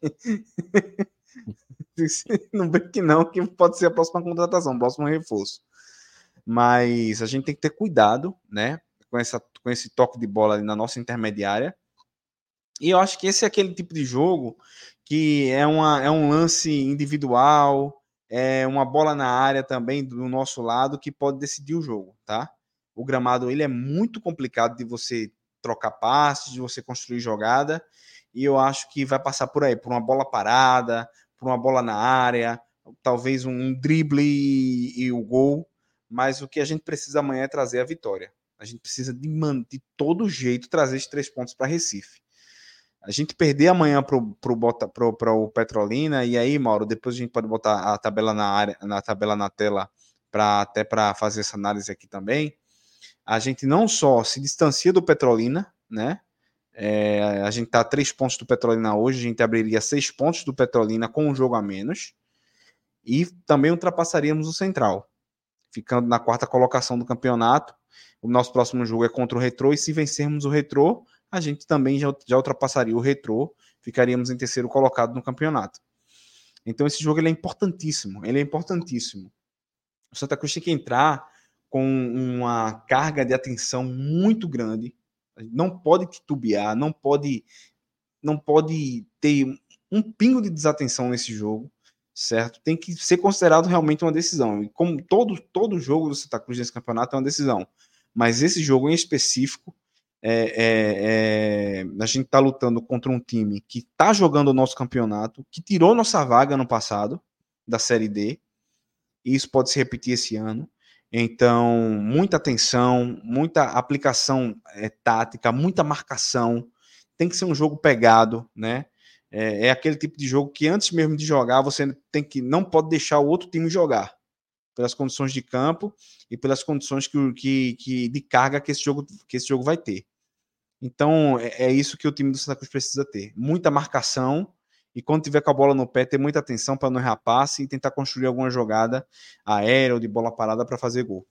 Não brinque não, que pode ser a próxima contratação, o próximo reforço. Mas a gente tem que ter cuidado, né, com esse toque de bola ali na nossa intermediária. E eu acho que esse é aquele tipo de jogo que é um lance individual, uma bola na área também do nosso lado que pode decidir o jogo, tá? O gramado, ele é muito complicado de você trocar passes, de você construir jogada, e eu acho que vai passar por aí, por uma bola parada, por uma bola na área, talvez um drible e o gol, mas o que a gente precisa amanhã é trazer a vitória. A gente precisa de todo jeito trazer esses 3 pontos para Recife. A gente perder amanhã para o Petrolina, e aí, Mauro, depois a gente pode botar a tabela na tabela na tela, até para fazer essa análise aqui também. A gente não só se distancia do Petrolina, né? A gente está a 3 pontos do Petrolina hoje, a gente abriria 6 pontos do Petrolina com um jogo a menos, e também ultrapassaríamos o Central, ficando na 4ª colocação do campeonato. O nosso próximo jogo é contra o Retrô, e se vencermos o Retrô, a gente também já ultrapassaria o Retrô, ficaríamos em 3º colocado no campeonato. Então esse jogo ele é importantíssimo, O Santa Cruz tem que entrar com uma carga de atenção muito grande, não pode titubear, não pode ter um pingo de desatenção nesse jogo, certo? Tem que ser considerado realmente uma decisão, e como todo jogo do Santa Cruz nesse campeonato é uma decisão, mas esse jogo em específico, a gente está lutando contra um time que está jogando o nosso campeonato, que tirou nossa vaga no passado, da Série D, e isso pode se repetir esse ano. Então, muita atenção, muita aplicação tática, muita marcação. Tem que ser um jogo pegado, né? É aquele tipo de jogo que antes mesmo de jogar, você não pode deixar o outro time jogar, pelas condições de campo e pelas condições de carga que esse jogo vai ter. Então, é isso que o time do Santa Cruz precisa ter. Muita marcação, e quando tiver com a bola no pé, ter muita atenção para não errar passe e tentar construir alguma jogada aérea ou de bola parada para fazer gol.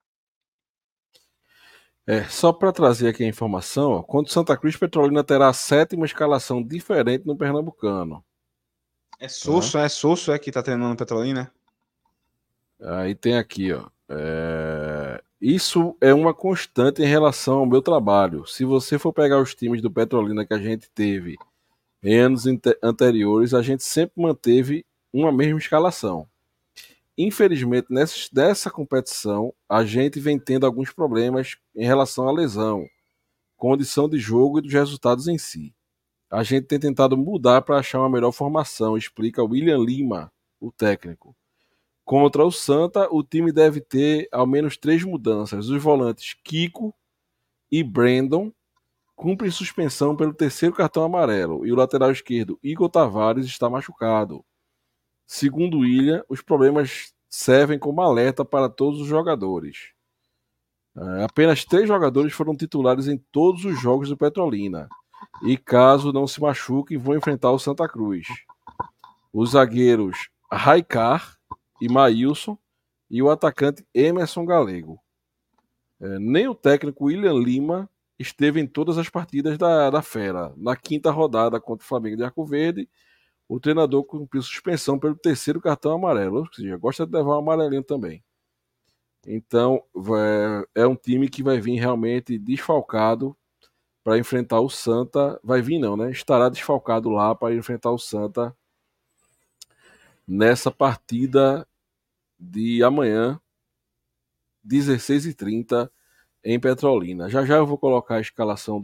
Só para trazer aqui a informação, contra o Santa Cruz, Petrolina terá a 7ª escalação diferente no Pernambucano. É Sosso que está treinando o Petrolina? Aí tem aqui, ó. Isso é uma constante em relação ao meu trabalho. Se você for pegar os times do Petrolina que a gente teve em anos anteriores, a gente sempre manteve uma mesma escalação. Infelizmente, dessa competição, a gente vem tendo alguns problemas em relação à lesão, condição de jogo e dos resultados em si. A gente tem tentado mudar para achar uma melhor formação, explica William Lima, o técnico. Contra o Santa, o time deve ter ao menos 3 mudanças. Os volantes Kiko e Brandon cumprem suspensão pelo 3º cartão amarelo, e o lateral esquerdo Igor Tavares está machucado. Segundo William, os problemas servem como alerta para todos os jogadores. Apenas 3 jogadores foram titulares em todos os jogos do Petrolina. e caso não se machuquem, vão enfrentar o Santa Cruz. Os zagueiros Raikar e Maílson e o atacante Emerson Galego. Nem o técnico William Lima esteve em todas as partidas da Fera. Na quinta rodada contra o Flamengo de Arco Verde, o treinador cumpriu suspensão pelo terceiro cartão amarelo, ou seja, gosta de levar um amarelinho também. Então, é um time que vai vir realmente desfalcado para enfrentar o Santa. Vai vir não, né? Estará desfalcado lá para enfrentar o Santa nessa partida de amanhã, 16h30, em Petrolina. Já eu vou colocar a escalação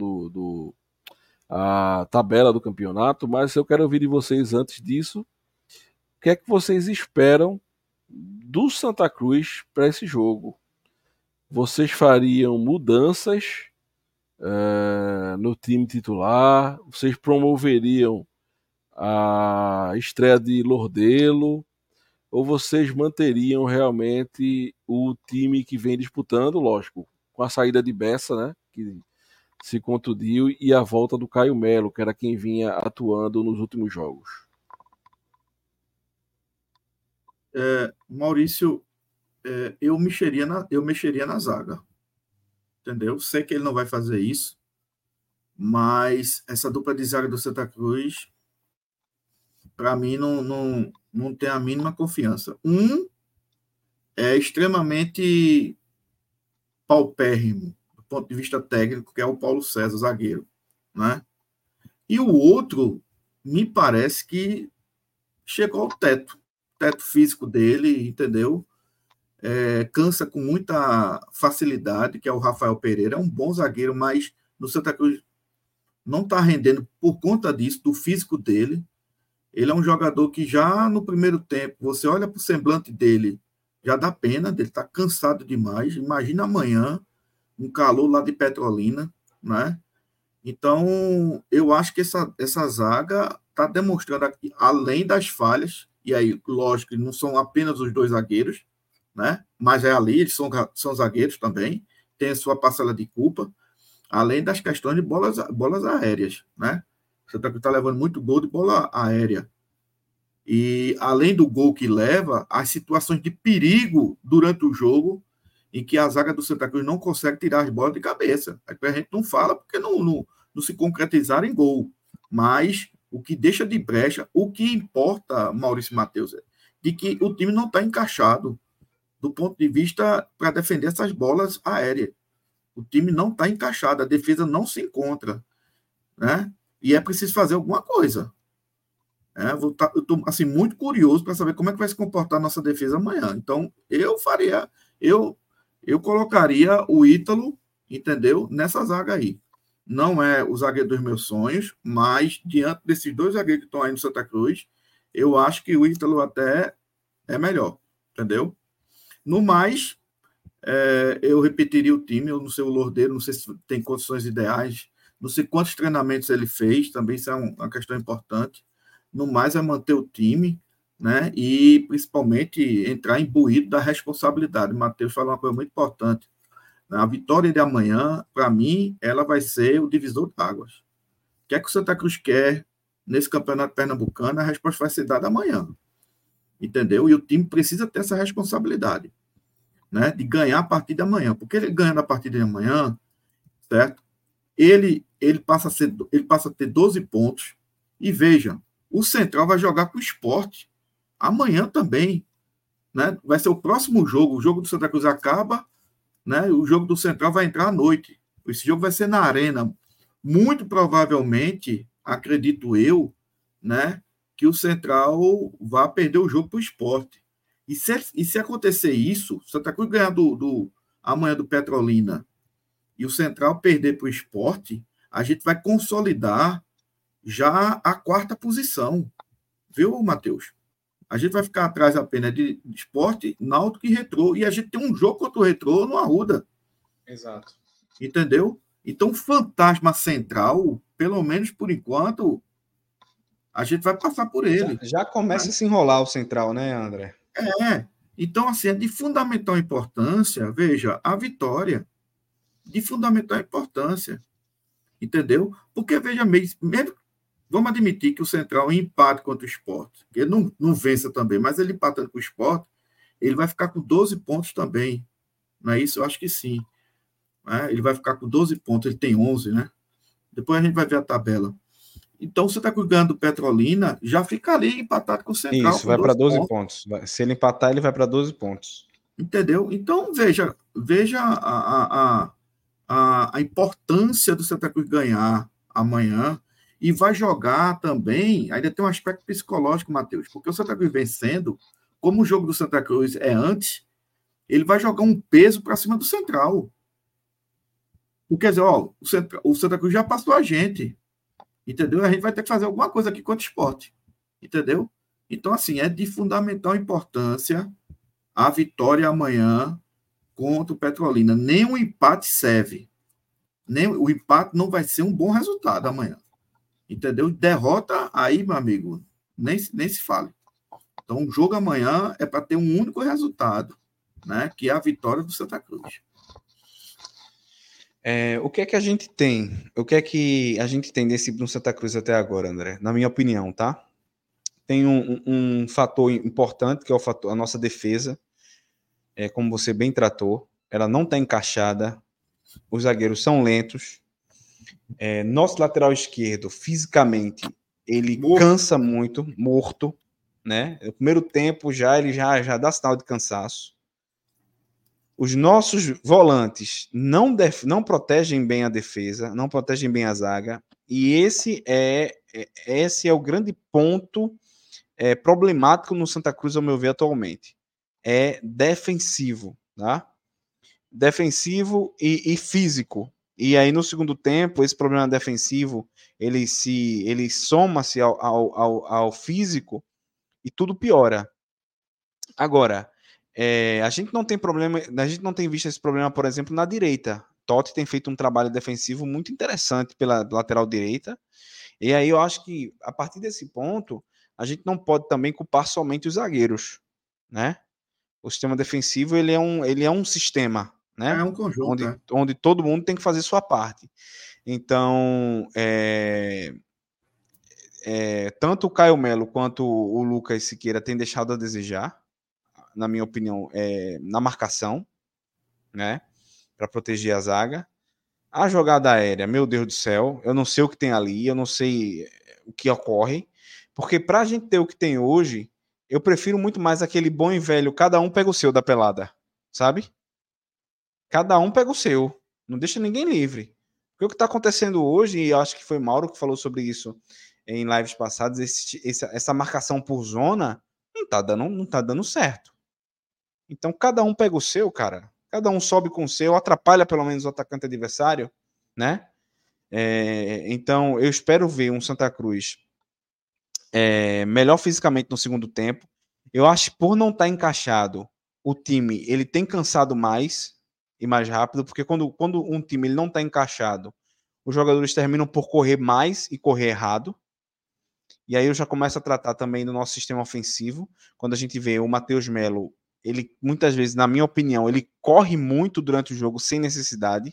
a tabela do campeonato, mas eu quero ouvir de vocês antes disso. O que é que vocês esperam do Santa Cruz para esse jogo? Vocês fariam mudanças no time titular? Vocês promoveriam a estreia de Lordelo? Ou vocês manteriam realmente o time que vem disputando, lógico, com a saída de Bessa, né, que se contundiu, e a volta do Caio Melo, que era quem vinha atuando nos últimos jogos? Maurício, eu mexeria na zaga, entendeu? Sei que ele não vai fazer isso, mas essa dupla de zaga do Santa Cruz, para mim, não tem a mínima confiança. É extremamente paupérrimo do ponto de vista técnico, que é o Paulo César, zagueiro, né? E o outro, me parece que chegou ao teto físico dele, entendeu? Cansa com muita facilidade, que é o Rafael Pereira, é um bom zagueiro, mas no Santa Cruz não está rendendo por conta disso, do físico dele. Ele é um jogador que já no primeiro tempo, você olha para o semblante dele, já dá pena, ele está cansado demais. Imagina amanhã, um calor lá de Petrolina, né? Então, eu acho que essa zaga está demonstrando, aqui, além das falhas, e aí, lógico, não são apenas os dois zagueiros, né? Mas ali, eles são zagueiros também, tem a sua parcela de culpa, além das questões de bolas aéreas, né? Você está levando muito gol de bola aérea. E, além do gol que leva, as situações de perigo durante o jogo, em que a zaga do Santa Cruz não consegue tirar as bolas de cabeça. A gente não fala porque não se concretizaram em gol. Mas o que deixa de brecha, o que importa, Maurício Matheus, é de que o time não está encaixado do ponto de vista para defender essas bolas aéreas. O time não está encaixado, a defesa não se encontra, né? E é preciso fazer alguma coisa. Eu estou assim, muito curioso para saber como é que vai se comportar a nossa defesa amanhã. Então, eu colocaria o Ítalo, entendeu? Nessa zaga aí. Não é o zagueiro dos meus sonhos, mas diante desses dois zagueiros que estão aí no Santa Cruz, eu acho que o Ítalo até é melhor, entendeu? No mais, eu repetiria o time. Eu não sei o Lordeiro, não sei se tem condições ideais, não sei quantos treinamentos ele fez, também isso é uma questão importante. No mais, é manter o time, né? E principalmente entrar imbuído da responsabilidade. O Matheus falou uma coisa muito importante. A vitória de amanhã, para mim, ela vai ser o divisor de águas. O que é que o Santa Cruz quer nesse campeonato pernambucano? A resposta vai ser dada amanhã. Entendeu? E o time precisa ter essa responsabilidade, né? De ganhar a partir de amanhã. Porque ele ganhando a partir de amanhã, certo? Ele passa a ter 12 pontos. E veja, o Central vai jogar com o Sport amanhã também, né? Vai ser o próximo jogo. O jogo do Santa Cruz acaba, né? O jogo do Central vai entrar à noite. Esse jogo vai ser na Arena. Muito provavelmente, acredito eu, né, que o Central vai perder o jogo para o Sport. E se acontecer isso, o Santa Cruz ganhar amanhã do Petrolina e o Central perder para o Sport, a gente vai consolidar já a quarta posição. Viu, Matheus? A gente vai ficar atrás apenas de Sport, Náutico e Retrô. E a gente tem um jogo contra o Retrô no Arruda. Exato. Entendeu? Então, o fantasma central, pelo menos por enquanto, a gente vai passar por ele. Já começa a se enrolar o Central, né, André? Então, assim, é de fundamental importância, veja, a vitória. De fundamental importância. Entendeu? Porque, veja mesmo, vamos admitir que o Central empate contra o Sport, que ele não vença também, mas ele empatando com o Sport, ele vai ficar com 12 pontos também. Não é isso? Eu acho que sim. Ele vai ficar com 12 pontos, ele tem 11, né? Depois a gente vai ver a tabela. Então, o Santa Cruz ganhando do Petrolina, já fica ali empatado com o Central. Isso, vai para 12 pontos. Se ele empatar, ele vai para 12 pontos. Entendeu? Então, veja a importância do Santa Cruz ganhar amanhã e vai jogar também, ainda tem um aspecto psicológico, Matheus, porque o Santa Cruz vencendo, como o jogo do Santa Cruz é antes, ele vai jogar um peso para cima do Central. Quer dizer, o Santa Cruz já passou a gente, entendeu? A gente vai ter que fazer alguma coisa aqui contra o Sport, entendeu? Então, assim, é de fundamental importância a vitória amanhã contra o Petrolina. Nem um empate serve. O empate não vai ser um bom resultado amanhã. Entendeu? Derrota, aí, meu amigo, nem se fale. Então, o jogo amanhã é para ter um único resultado, né? Que é a vitória do Santa Cruz. O que é que a gente tem? O que é que a gente tem no Santa Cruz até agora, André? Na minha opinião, tá? Tem um fator importante, que é a nossa defesa. Como você bem tratou, ela não está encaixada. Os zagueiros são lentos. Nosso lateral esquerdo, fisicamente, ele cansa muito, morto, né? No primeiro tempo ele já dá sinal de cansaço. Os nossos volantes não protegem bem a defesa, não protegem bem a zaga, e esse é o grande ponto problemático no Santa Cruz, ao meu ver, atualmente. É defensivo, tá? Defensivo e físico. E aí, no segundo tempo, esse problema defensivo, ele soma-se ao físico e tudo piora. Agora, a gente não tem visto esse problema, por exemplo, na direita. Totti tem feito um trabalho defensivo muito interessante pela lateral direita. E aí eu acho que, a partir desse ponto, a gente não pode também culpar somente os zagueiros, né? O sistema defensivo, ele é um sistema, né? É um conjunto, onde todo mundo tem que fazer sua parte. Então, tanto o Caio Melo quanto o Lucas Siqueira têm deixado a desejar, na minha opinião, na marcação, né? Para proteger a zaga. A jogada aérea, meu Deus do céu, eu não sei o que tem ali, eu não sei o que ocorre, porque para a gente ter o que tem hoje, eu prefiro muito mais aquele bom e velho, cada um pega o seu da pelada, sabe? Cada um pega o seu, não deixa ninguém livre. Porque o que está acontecendo hoje, e eu acho que foi Mauro que falou sobre isso em lives passadas, essa marcação por zona não tá dando certo. Então cada um pega o seu, cara. Cada um sobe com o seu, atrapalha pelo menos o atacante adversário, né? Então eu espero ver um Santa Cruz melhor fisicamente no segundo tempo. Eu acho que por não estar encaixado, o time ele tem cansado mais e mais rápido, porque quando um time ele não está encaixado, os jogadores terminam por correr mais e correr errado. E aí eu já começo a tratar também do nosso sistema ofensivo. Quando a gente vê o Matheus Melo, ele muitas vezes, na minha opinião, ele corre muito durante o jogo sem necessidade.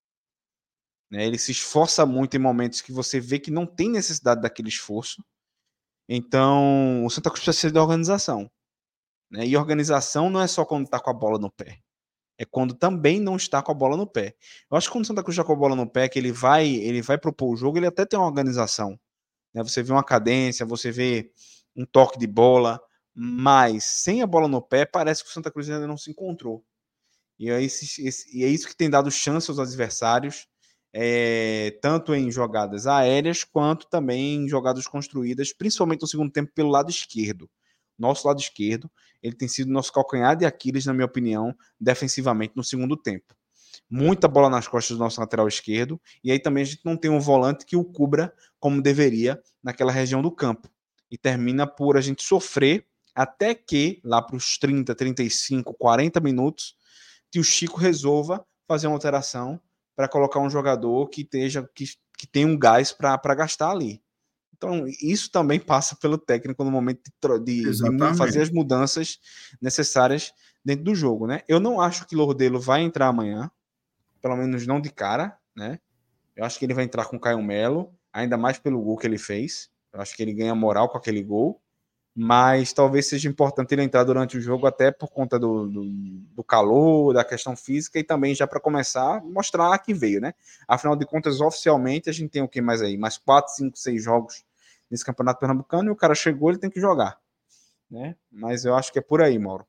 Né? Ele se esforça muito em momentos que você vê que não tem necessidade daquele esforço. Então, o Santa Cruz precisa de organização. Né? E organização não é só quando está com a bola no pé. É quando também não está com a bola no pé. Eu acho que quando o Santa Cruz está com a bola no pé, que ele vai propor o jogo, ele até tem uma organização. Né? Você vê uma cadência, você vê um toque de bola, mas sem a bola no pé, parece que o Santa Cruz ainda não se encontrou. E é isso que tem dado chance aos adversários, tanto em jogadas aéreas, quanto também em jogadas construídas, principalmente no segundo tempo pelo lado esquerdo. Nosso lado esquerdo, ele tem sido nosso calcanhar de Aquiles, na minha opinião, defensivamente no segundo tempo. Muita bola nas costas do nosso lateral esquerdo, e aí também a gente não tem um volante que o cubra como deveria naquela região do campo. E termina por a gente sofrer até que, lá para os 30, 35, 40 minutos, que o Chico resolva fazer uma alteração para colocar um jogador que tenha um gás para gastar ali. Então, isso também passa pelo técnico no momento de fazer as mudanças necessárias dentro do jogo, né? Eu não acho que Lordelo vai entrar amanhã, pelo menos não de cara, né? Eu acho que ele vai entrar com o Caio Melo, ainda mais pelo gol que ele fez. Eu acho que ele ganha moral com aquele gol. Mas talvez seja importante ele entrar durante o jogo, até por conta do calor, da questão física, e também já para começar a mostrar que veio, né? Afinal de contas, oficialmente, a gente tem o que mais aí? Mais 4, 5, 6 jogos nesse Campeonato Pernambucano, e o cara chegou, ele tem que jogar, né? Mas eu acho que é por aí, Mauro.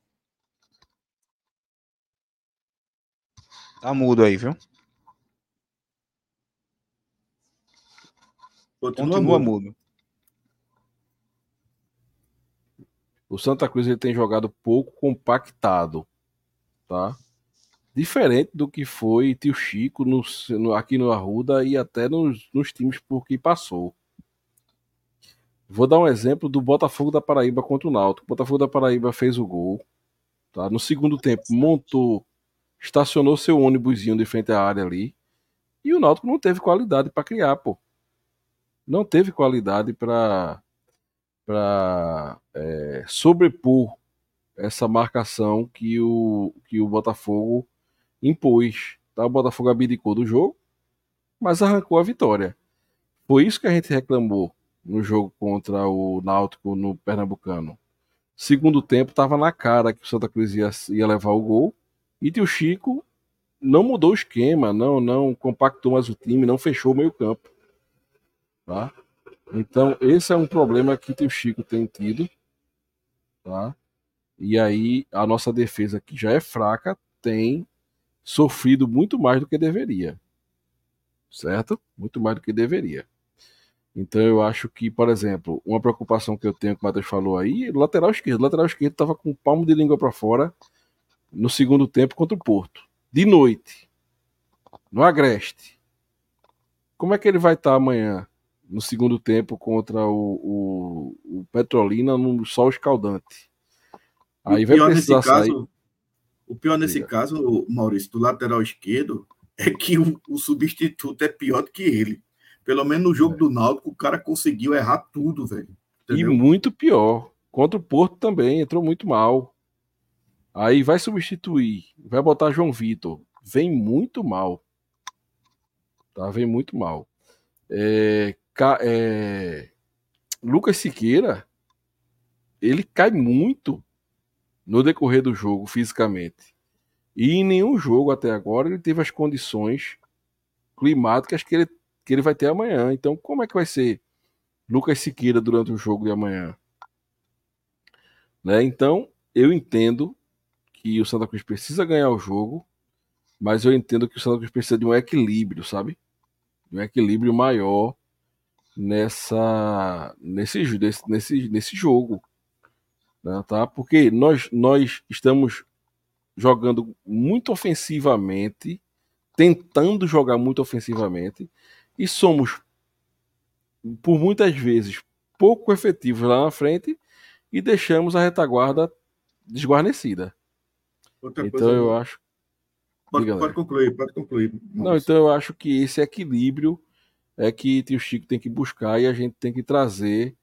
Tá mudo aí, viu? Continua mudo. O Santa Cruz ele tem jogado pouco compactado, tá? Diferente do que foi Tio Chico aqui no Arruda e até nos times por que passou. Vou dar um exemplo do Botafogo da Paraíba contra o Náutico. O Botafogo da Paraíba fez o gol, tá? No segundo tempo estacionou seu ônibusinho de frente à área ali, e o Náutico não teve qualidade para criar, pô. Não teve qualidade para sobrepor essa marcação que o Botafogo impôs. Tá? O Botafogo abdicou do jogo, mas arrancou a vitória. Foi isso que a gente reclamou no jogo contra o Náutico no Pernambucano. Segundo tempo, estava na cara que o Santa Cruz ia levar o gol, e Tio Chico não mudou o esquema, não compactou mais o time, não fechou o meio campo. Tá? Então, esse é um problema que Tio Chico tem tido. Tá? E aí, a nossa defesa, que já é fraca, tem sofrido muito mais do que deveria. Certo? Muito mais do que deveria. Então, eu acho que, por exemplo, uma preocupação que eu tenho, que o Matheus falou aí, o lateral esquerdo. O lateral esquerdo estava com o palmo de língua para fora no segundo tempo contra o Porto. De noite. No Agreste. Como é que ele vai estar amanhã? No segundo tempo contra o Petrolina no sol escaldante. Aí vai precisar sair. O pior nesse caso, Maurício, do lateral esquerdo, é que o substituto é pior do que ele. Pelo menos no jogo do Náutico, o cara conseguiu errar tudo, velho. Entendeu? E muito pior. Contra o Porto também, entrou muito mal. Aí vai substituir, vai botar João Vitor. Vem muito mal. Tá? Vem muito mal. Lucas Siqueira, ele cai muito no decorrer do jogo, fisicamente. E em nenhum jogo até agora ele teve as condições climáticas que ele vai ter amanhã. Então, como é que vai ser Lucas Siqueira durante o jogo de amanhã? Né? Então, eu entendo que o Santa Cruz precisa ganhar o jogo, mas eu entendo que o Santa Cruz precisa de um equilíbrio, sabe? Um equilíbrio maior nesse jogo. Né, tá? Porque nós estamos jogando muito ofensivamente, tentando jogar muito ofensivamente, e somos, por muitas vezes, pouco efetivos lá na frente e deixamos a retaguarda desguarnecida. Então eu acho... Pode concluir. Não, então eu acho que esse equilíbrio é que Tio Chico tem que buscar e a gente tem que trazer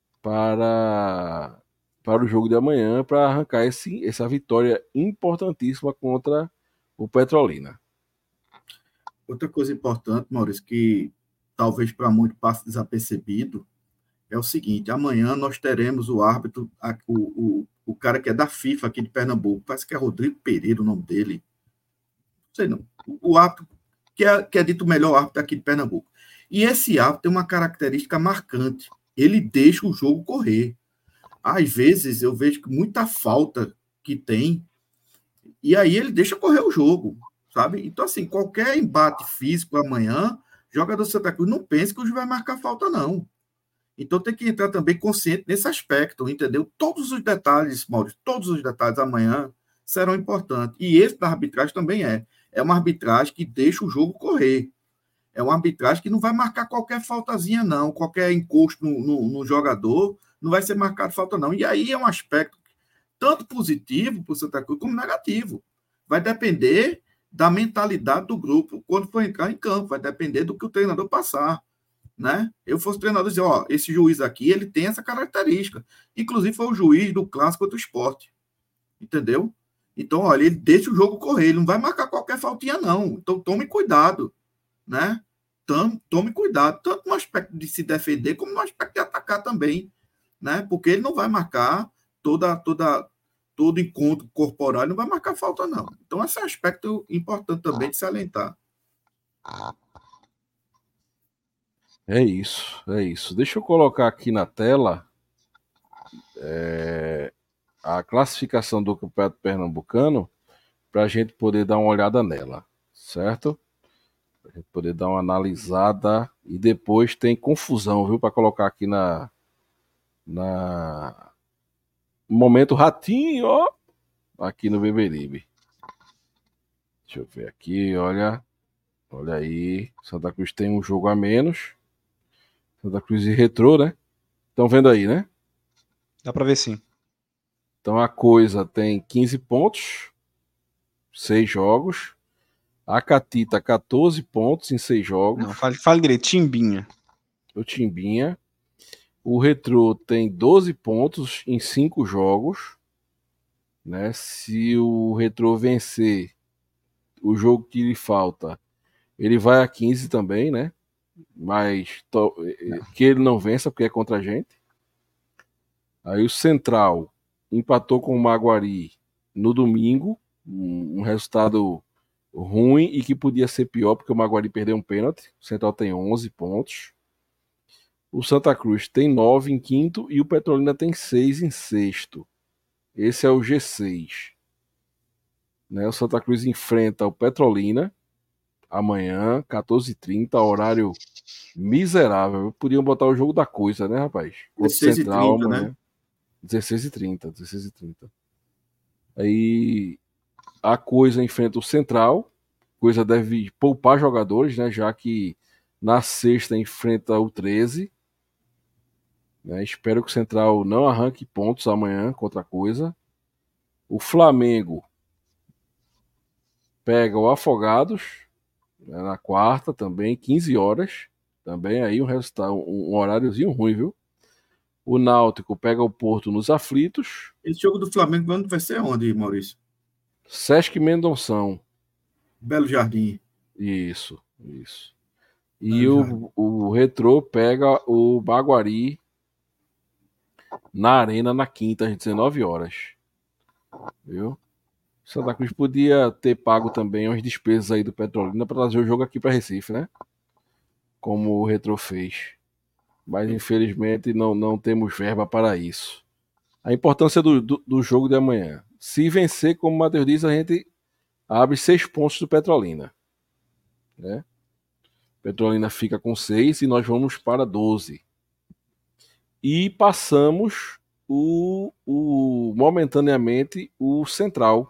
para o jogo de amanhã, para arrancar essa vitória importantíssima contra o Petrolina. Outra coisa importante, Maurício, que talvez para muitos passe desapercebido, é o seguinte: amanhã nós teremos o árbitro, o cara que é da FIFA aqui de Pernambuco, parece que é Rodrigo Pereira o nome dele. Não sei não. O árbitro que é dito o melhor árbitro aqui de Pernambuco. E esse árbitro tem uma característica marcante. Ele deixa o jogo correr. Às vezes eu vejo que muita falta que tem, e aí ele deixa correr o jogo, sabe? Então, assim, qualquer embate físico amanhã, jogador do Santa Cruz não pense que o juiz vai marcar falta, não. Então tem que entrar também consciente nesse aspecto, entendeu? Todos os detalhes, Maurício, todos os detalhes amanhã serão importantes. E esse da arbitragem também é. É uma arbitragem que deixa o jogo correr. É uma arbitragem que não vai marcar qualquer faltazinha, não. Qualquer encosto no jogador não vai ser marcado falta, não. E aí é um aspecto tanto positivo para o Santa Cruz como negativo. Vai depender da mentalidade do grupo quando for entrar em campo. Vai depender do que o treinador passar. Né? Eu fosse treinador dizer, ó, esse juiz aqui, ele tem essa característica. Inclusive foi o juiz do Clássico contra o Sport. Entendeu? Então, olha, ele deixa o jogo correr, ele não vai marcar qualquer faltinha, não. Então, tome cuidado, né? tome cuidado, tanto no aspecto de se defender, como no aspecto de atacar também, né? Porque ele não vai marcar todo encontro corporal, ele não vai marcar falta, não. Então, esse é um aspecto importante também de salientar. É isso, é isso. Deixa eu colocar aqui na tela a classificação do Campeonato Pernambucano para a gente poder dar uma olhada nela, certo? Para a gente poder dar uma analisada e depois tem confusão, viu? Para colocar aqui na momento ratinho, ó, aqui no Beberibe. Deixa eu ver aqui, olha aí, Santa Cruz tem um jogo a menos. Santa Cruz e Retrô, né? Estão vendo aí, né? Dá para ver sim. Então a Coisa tem 15 pontos, 6 jogos. A Catita, 14 pontos em 6 jogos. Não, fale direito, Timbinha. O Timbinha. O Retrô tem 12 pontos em 5 jogos. Né? Se o Retrô vencer o jogo que lhe falta, ele vai a 15 também, né? Mas que ele não vença, porque é contra a gente. Aí o Central empatou com o Maguari no domingo, um resultado ruim e que podia ser pior, porque o Maguari perdeu um pênalti. O Central tem 11 pontos. O Santa Cruz tem 9 em quinto e o Petrolina tem 6 em sexto. Esse é o G6. Né? O Santa Cruz enfrenta o Petrolina amanhã, 14h30, horário miserável. Podiam botar o jogo da Coisa, né, rapaz? O Central amanhã. Né? 16h30. Aí a Coisa enfrenta o Central. Coisa deve poupar jogadores, né? Já que na sexta enfrenta o 13. Né? Espero que o Central não arranque pontos amanhã contra a Coisa. O Flamengo pega o Afogados, né, na quarta também, 15 horas. Também aí um resultado, um horáriozinho ruim, viu? O Náutico pega o Porto nos Aflitos. Esse jogo do Flamengo vai ser onde, Maurício? Sesc Mendonção. Belo Jardim. Isso. E o Retrô pega o Baguari na Arena na quinta, às 19 horas. Viu? Santa Cruz podia ter pago também as despesas aí do Petrolina para trazer o jogo aqui para Recife, né? Como o Retrô fez. Mas infelizmente não temos verba para isso. A importância do jogo de amanhã. Se vencer, como o Matheus diz, a gente abre 6 pontos do Petrolina. Né? Petrolina fica com 6 e nós vamos para 12. E passamos momentaneamente o Central.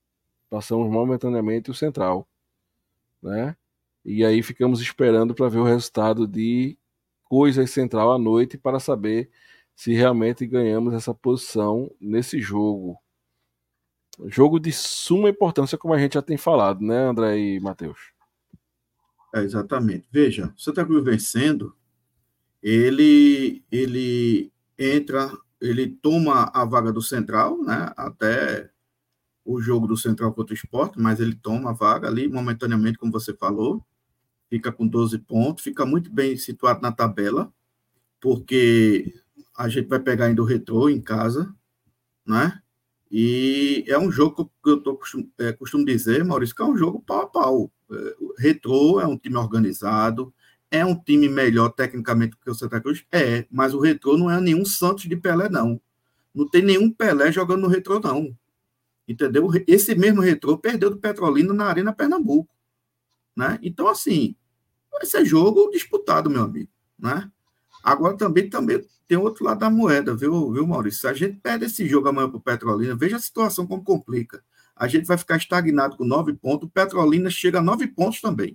Né? E aí ficamos esperando para ver o resultado de Coisas Central à noite para saber se realmente ganhamos essa posição nesse jogo. Jogo de suma importância, como a gente já tem falado, né, André e Matheus? Exatamente. Veja, o Santa Cruz vencendo, ele entra, ele toma a vaga do Central, né, até o jogo do Central contra o Sport, mas ele toma a vaga ali momentaneamente, como você falou, fica com 12 pontos, fica muito bem situado na tabela, porque a gente vai pegar ainda o Retrô em casa, né? E é um jogo que eu costumo dizer, Maurício, que é um jogo pau a pau. O Retrô é um time organizado, é um time melhor tecnicamente que o Santa Cruz? É, mas o Retrô não é nenhum Santos de Pelé, não. Não tem nenhum Pelé jogando no Retrô, não. Entendeu? Esse mesmo Retrô perdeu do Petrolina na Arena Pernambuco. Né? Então, assim, vai ser jogo disputado, meu amigo. Né? Agora também tem outro lado da moeda, viu, Maurício? Se a gente perde esse jogo amanhã para o Petrolina, veja a situação como complica. A gente vai ficar estagnado com 9 pontos, o Petrolina chega a 9 pontos também.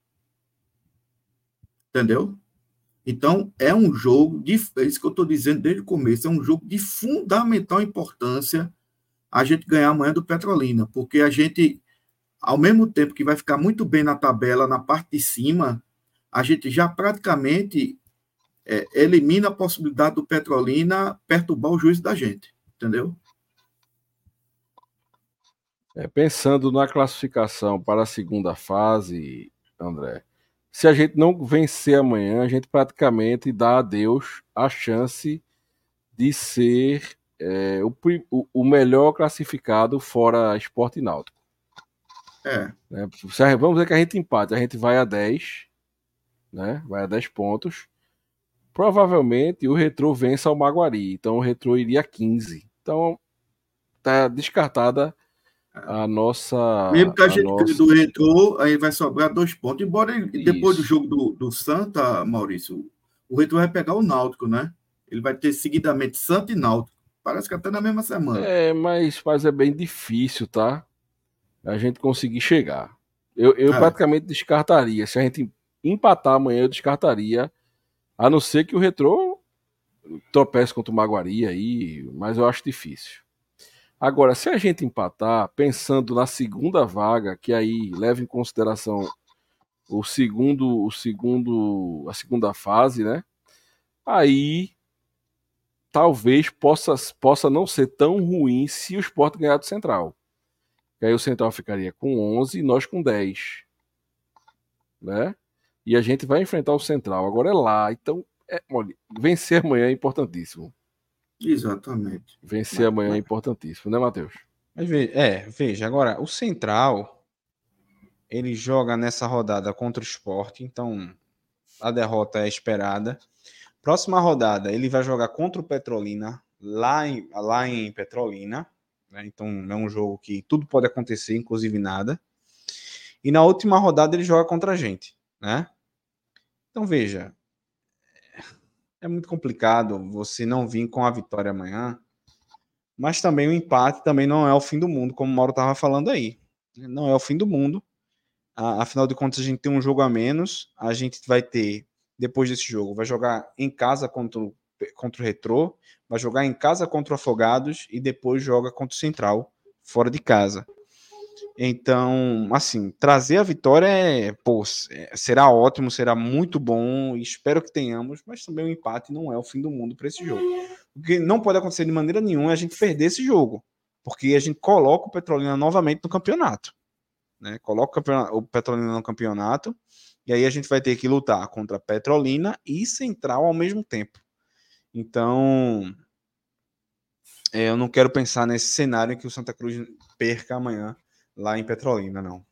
Entendeu? Então, é um jogo, é isso que eu estou dizendo desde o começo, é um jogo de fundamental importância a gente ganhar amanhã do Petrolina, porque a gente, ao mesmo tempo que vai ficar muito bem na tabela, na parte de cima, a gente já praticamente elimina a possibilidade do Petrolina perturbar o juízo da gente, entendeu? Pensando na classificação para a segunda fase, André, Se a gente não vencer amanhã, a gente praticamente dá a Deus a chance de ser o melhor classificado fora Sport e Náutico. Né? Vamos dizer que a gente empate, a gente vai a 10, né? Vai a 10 pontos. Provavelmente o Retrô vença o Maguari, então o Retrô iria a 15. Então tá descartada a nossa... Mesmo que a gente ganhe do Retrô, aí vai sobrar 2 pontos. Embora depois do jogo do Santa, Maurício, o Retrô vai pegar o Náutico, né? Ele vai ter seguidamente Santa e Náutico. Parece que até na mesma semana. Mas é bem difícil, tá? A gente conseguir chegar. Eu praticamente descartaria. Se a gente empatar amanhã, eu descartaria. A não ser que o Retrô tropece contra o Maguari aí, mas eu acho difícil. Agora, se a gente empatar, pensando na segunda vaga, que aí leva em consideração a segunda fase, né? Aí talvez possa não ser tão ruim se o Sport ganhar do Central. E aí o Central ficaria com 11 e nós com 10. Né? E a gente vai enfrentar o Central. Agora é lá. Então, olha, vencer amanhã é importantíssimo. Exatamente. Vencer amanhã é importantíssimo, né, Matheus? Mas veja, agora, o Central, ele joga nessa rodada contra o Sport, então a derrota é esperada. Próxima rodada, ele vai jogar contra o Petrolina, lá em Petrolina, né? Então é um jogo que tudo pode acontecer, inclusive nada. E na última rodada ele joga contra a gente, né? Então veja, é muito complicado você não vir com a vitória amanhã, mas também o empate também não é o fim do mundo, como o Mauro estava falando aí. Não é o fim do mundo. Afinal de contas, a gente tem um jogo a menos, a gente vai ter, depois desse jogo, vai jogar em casa contra o Retrô, vai jogar em casa contra o Afogados e depois joga contra o Central, fora de casa. Então, assim, trazer a vitória será ótimo, será muito bom, espero que tenhamos, mas também o empate não é o fim do mundo para esse jogo. O que não pode acontecer de maneira nenhuma é a gente perder esse jogo, porque a gente coloca o Petrolina novamente no campeonato. Né? Coloca o Petrolina no campeonato e aí a gente vai ter que lutar contra Petrolina e Central ao mesmo tempo. Então, eu não quero pensar nesse cenário em que o Santa Cruz perca amanhã lá em Petrolina, não.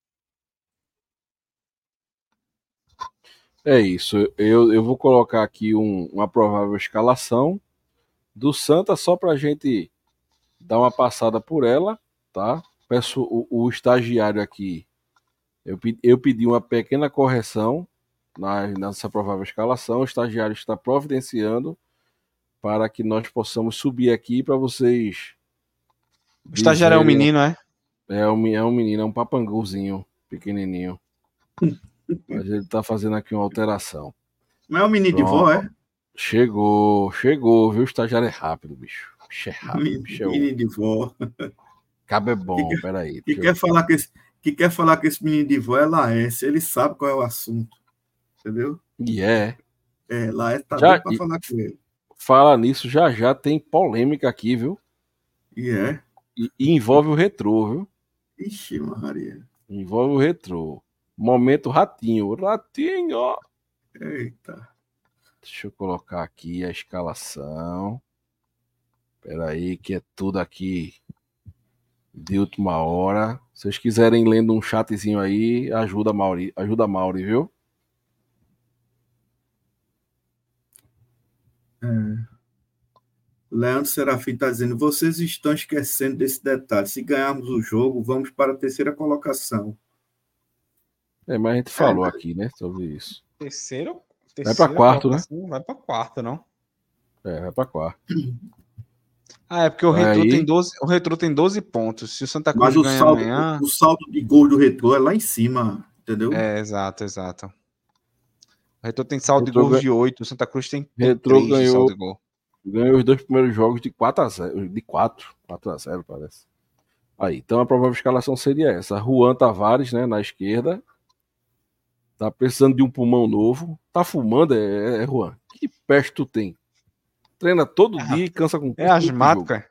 É isso. Eu vou colocar aqui uma provável escalação do Santa só para a gente dar uma passada por ela, tá? Peço o estagiário aqui. Eu pedi uma pequena correção nessa provável escalação. O estagiário está providenciando para que nós possamos subir aqui para vocês. O estagiário é um menino, é? É um menino, é um papanguzinho pequenininho. Mas ele está fazendo aqui uma alteração. Não é um menino de vó, é? Chegou, viu? O estagiário é rápido, bicho. Bicho é rápido. Menino de vó. Cabo é bom, peraí. Que quer falar que esse menino de vó é Laércio, ele sabe qual é o assunto. Entendeu? E é. Laércio tá doido pra falar com ele. Fala nisso, já tem polêmica aqui, viu? E envolve o Retrô, viu? Ixi, Maria. Envolve o Retrô. Momento Ratinho. Ratinho! Eita. Deixa eu colocar aqui a escalação. Peraí, que é tudo aqui de última hora. Se vocês quiserem lendo um chatzinho aí, ajuda a Mauri, viu? Leandro Serafim está dizendo, vocês estão esquecendo desse detalhe. Se ganharmos o jogo, vamos para a terceira colocação. Mas a gente falou aqui, né, sobre isso. Terceiro vai para quarto, né? Vai para quarto, não? Vai para quarto. É porque o Retrô tem 12 pontos. Se o Santa Cruz ganhar amanhã... o saldo de gol do Retrô é lá em cima, entendeu? Exato. O Retrô tem saldo de gols de 8, o Santa Cruz tem 3 de saldo de gol. Ganhou os 2 primeiros jogos de 4-0, de 4-0, parece. Aí, então a provável escalação seria essa. Juan Tavares, né, na esquerda. Tá precisando de um pulmão novo. Tá fumando, Juan? Que peste tu tem? Treina todo dia e cansa com... É asmática.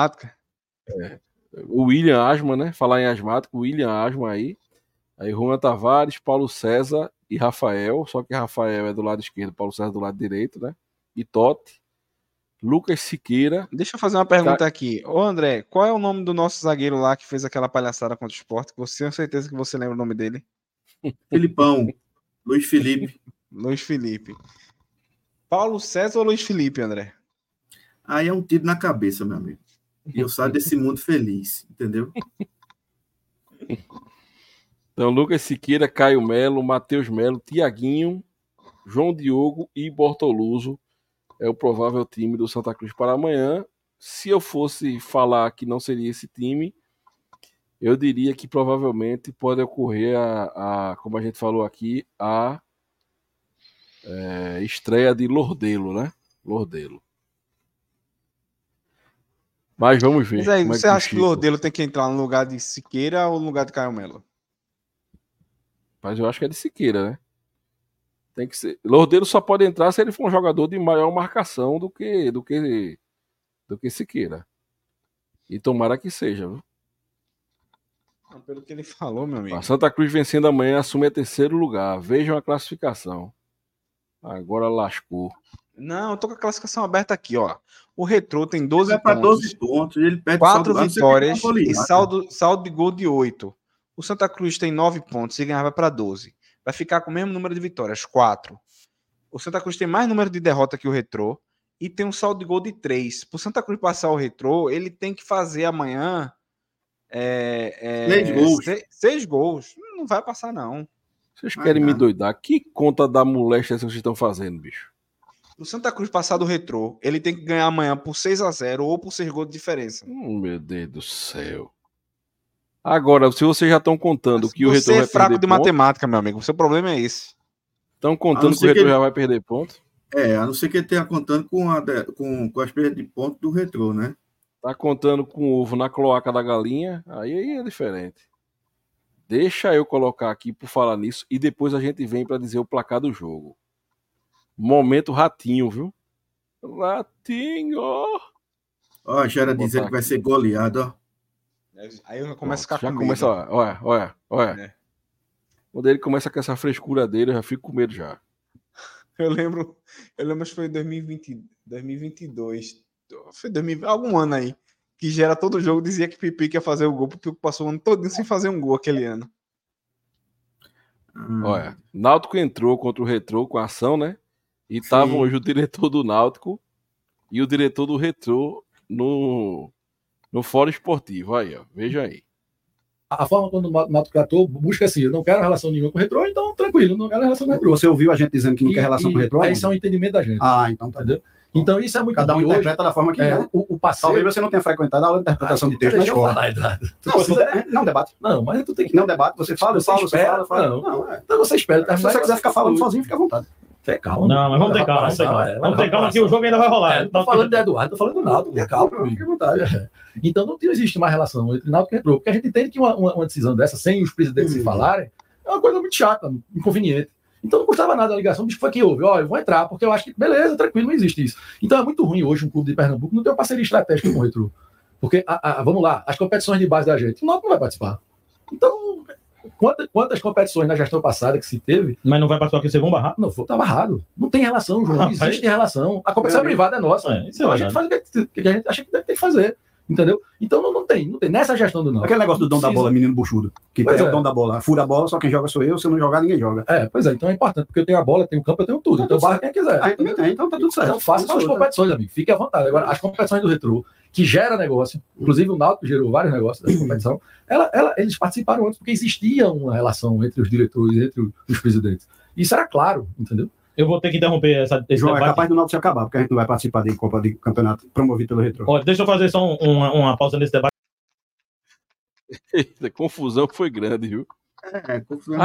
O William Asma, né? Falar em asmático, o William Asma aí. Aí Juan Tavares, Paulo César, e Rafael, só que Rafael é do lado esquerdo, Paulo César do lado direito, né? E Totti, Lucas Siqueira. Deixa eu fazer uma pergunta aqui. Ô André, qual é o nome do nosso zagueiro lá que fez aquela palhaçada contra o Sport? Você tem certeza que você lembra o nome dele? Filipão, Luiz Felipe. Luiz Felipe. Paulo César ou Luiz Felipe, André? Aí é um tiro na cabeça, meu amigo. E eu saio desse mundo feliz, entendeu? Então, Lucas Siqueira, Caio Melo, Matheus Melo, Tiaguinho, João Diogo e Bortoluso é o provável time do Santa Cruz para amanhã. Se eu fosse falar que não seria esse time, eu diria que provavelmente pode ocorrer como a gente falou aqui, a estreia de Lordelo, né? Lordelo. Mas vamos ver. Mas aí, como você é acha que Chico... Lordelo tem que entrar no lugar de Siqueira ou no lugar de Caio Melo? Mas eu acho que é de Siqueira, né? Tem que ser. Lordelo só pode entrar se ele for um jogador de maior marcação do que Siqueira. E tomara que seja, viu? Não, pelo que ele falou, meu amigo. A Santa Cruz vencendo amanhã assume a terceiro lugar. Vejam a classificação. Agora lascou. Não, eu tô com a classificação aberta aqui, ó. O Retrô tem 12 Vai para pontos. 12 pontos, ele perde 4 saldo, vitórias não sei e se tem saldo de gol de 8. O Santa Cruz tem 9 pontos, se ganhar vai para 12. Vai ficar com o mesmo número de vitórias, 4. O Santa Cruz tem mais número de derrota que o Retrô e tem um saldo de gol de 3. Para o Santa Cruz passar o Retrô, ele tem que fazer amanhã 6 gols. 6 gols. Não vai passar, não. Vocês querem me doidar? Que conta da moléstia vocês estão fazendo, bicho? O Santa Cruz passar do Retrô, ele tem que ganhar amanhã por 6-0 ou por 6 gols de diferença. Meu Deus do céu. Agora, se vocês já estão contando Mas que o Retrô vai perder Você é fraco de ponto, matemática, meu amigo. O seu problema é esse. Estão contando que o Retrô já vai perder ponto? A não ser que ele tenha contando com as perdas de ponto do Retrô, né? Tá contando com o ovo na cloaca da galinha, aí é diferente. Deixa eu colocar aqui por falar nisso e depois a gente vem para dizer o placar do jogo. Momento ratinho, viu? Ratinho! Ó, já era dizendo que vai ser goleado, ó. Aí eu começo a ficar já com começa, medo. olha. É. Quando ele começa com essa frescura dele, eu já fico com medo já. Eu lembro que foi em 2022. Foi 2000, algum ano aí. Que já era todo jogo, dizia que Pipique ia fazer o gol, porque passou o ano todo sem fazer um gol aquele ano. Olha, Náutico entrou contra o Retrô com a ação, né? E estavam hoje o diretor do Náutico e o diretor do Retrô no Fórum Esportivo. Aí, ó, veja aí. A forma quando o Náutico tratou, busca assim, eu não quero relação nenhuma com o Retrô, então tranquilo, não quero relação com o Retrô. Você ouviu a gente dizendo que não quer relação com o Retrô? Isso é um entendimento da gente. Então tá. Entendeu? Então isso é muito cada um interpreta da forma que quer. O parceiro... Talvez você não tenha frequentado a aula de interpretação de texto na escola. Não debate. Não, mas tu tem que... Não debate, você fala, você fala. Então você espera. Se você quiser ficar falando sozinho, fica à vontade. Calma. Não, mas vamos ter calma. Vamos ter calma que o jogo ainda vai rolar. Não tô falando de Eduardo, tô falando do Náutico. Calma, fica à vontade. Então não existe mais relação entre Náutico e Retrô, porque a gente entende que uma decisão dessa, sem os presidentes se falarem, é uma coisa muito chata, inconveniente. Então não custava nada a ligação, bicho, foi que houve. Olha, eu vou entrar, porque eu acho que, beleza, tranquilo, não existe isso. Então é muito ruim hoje um clube de Pernambuco não ter uma parceria estratégica com o Retrô. Porque, vamos lá, as competições de base da gente, o Náutico não vai participar. Então, quantas competições na gestão passada que se teve... Mas não vai participar porque vocês vão barrar? Não, tá barrado. Não tem relação, João. Não existe relação. A competição privada é nossa. Então a gente faz o que a gente acha que deve ter que fazer. Entendeu? Então não tem. Nessa gestão do não. Aquele negócio do dono da bola, menino buchudo. Que é o dono da bola. Fura a bola, só quem joga sou eu. Se eu não jogar, ninguém joga. Pois é. Então é importante, porque eu tenho a bola, tenho o campo, eu tenho tudo. Então barra quem quiser. Então tá tudo certo. Então faça as competições, amigo. Fique à vontade. Agora, as competições do Retrô, que gera negócio, inclusive o Náutico gerou vários negócios dessa competição, eles participaram antes, porque existia uma relação entre os diretores, entre os presidentes. Isso era claro, entendeu? Eu vou ter que interromper esse João, debate. É capaz do Náutico se acabar, porque a gente não vai participar de Copa de Campeonato promovido pelo Retrô. Olha, deixa eu fazer só uma pausa nesse debate. A confusão foi grande, viu? Confusão.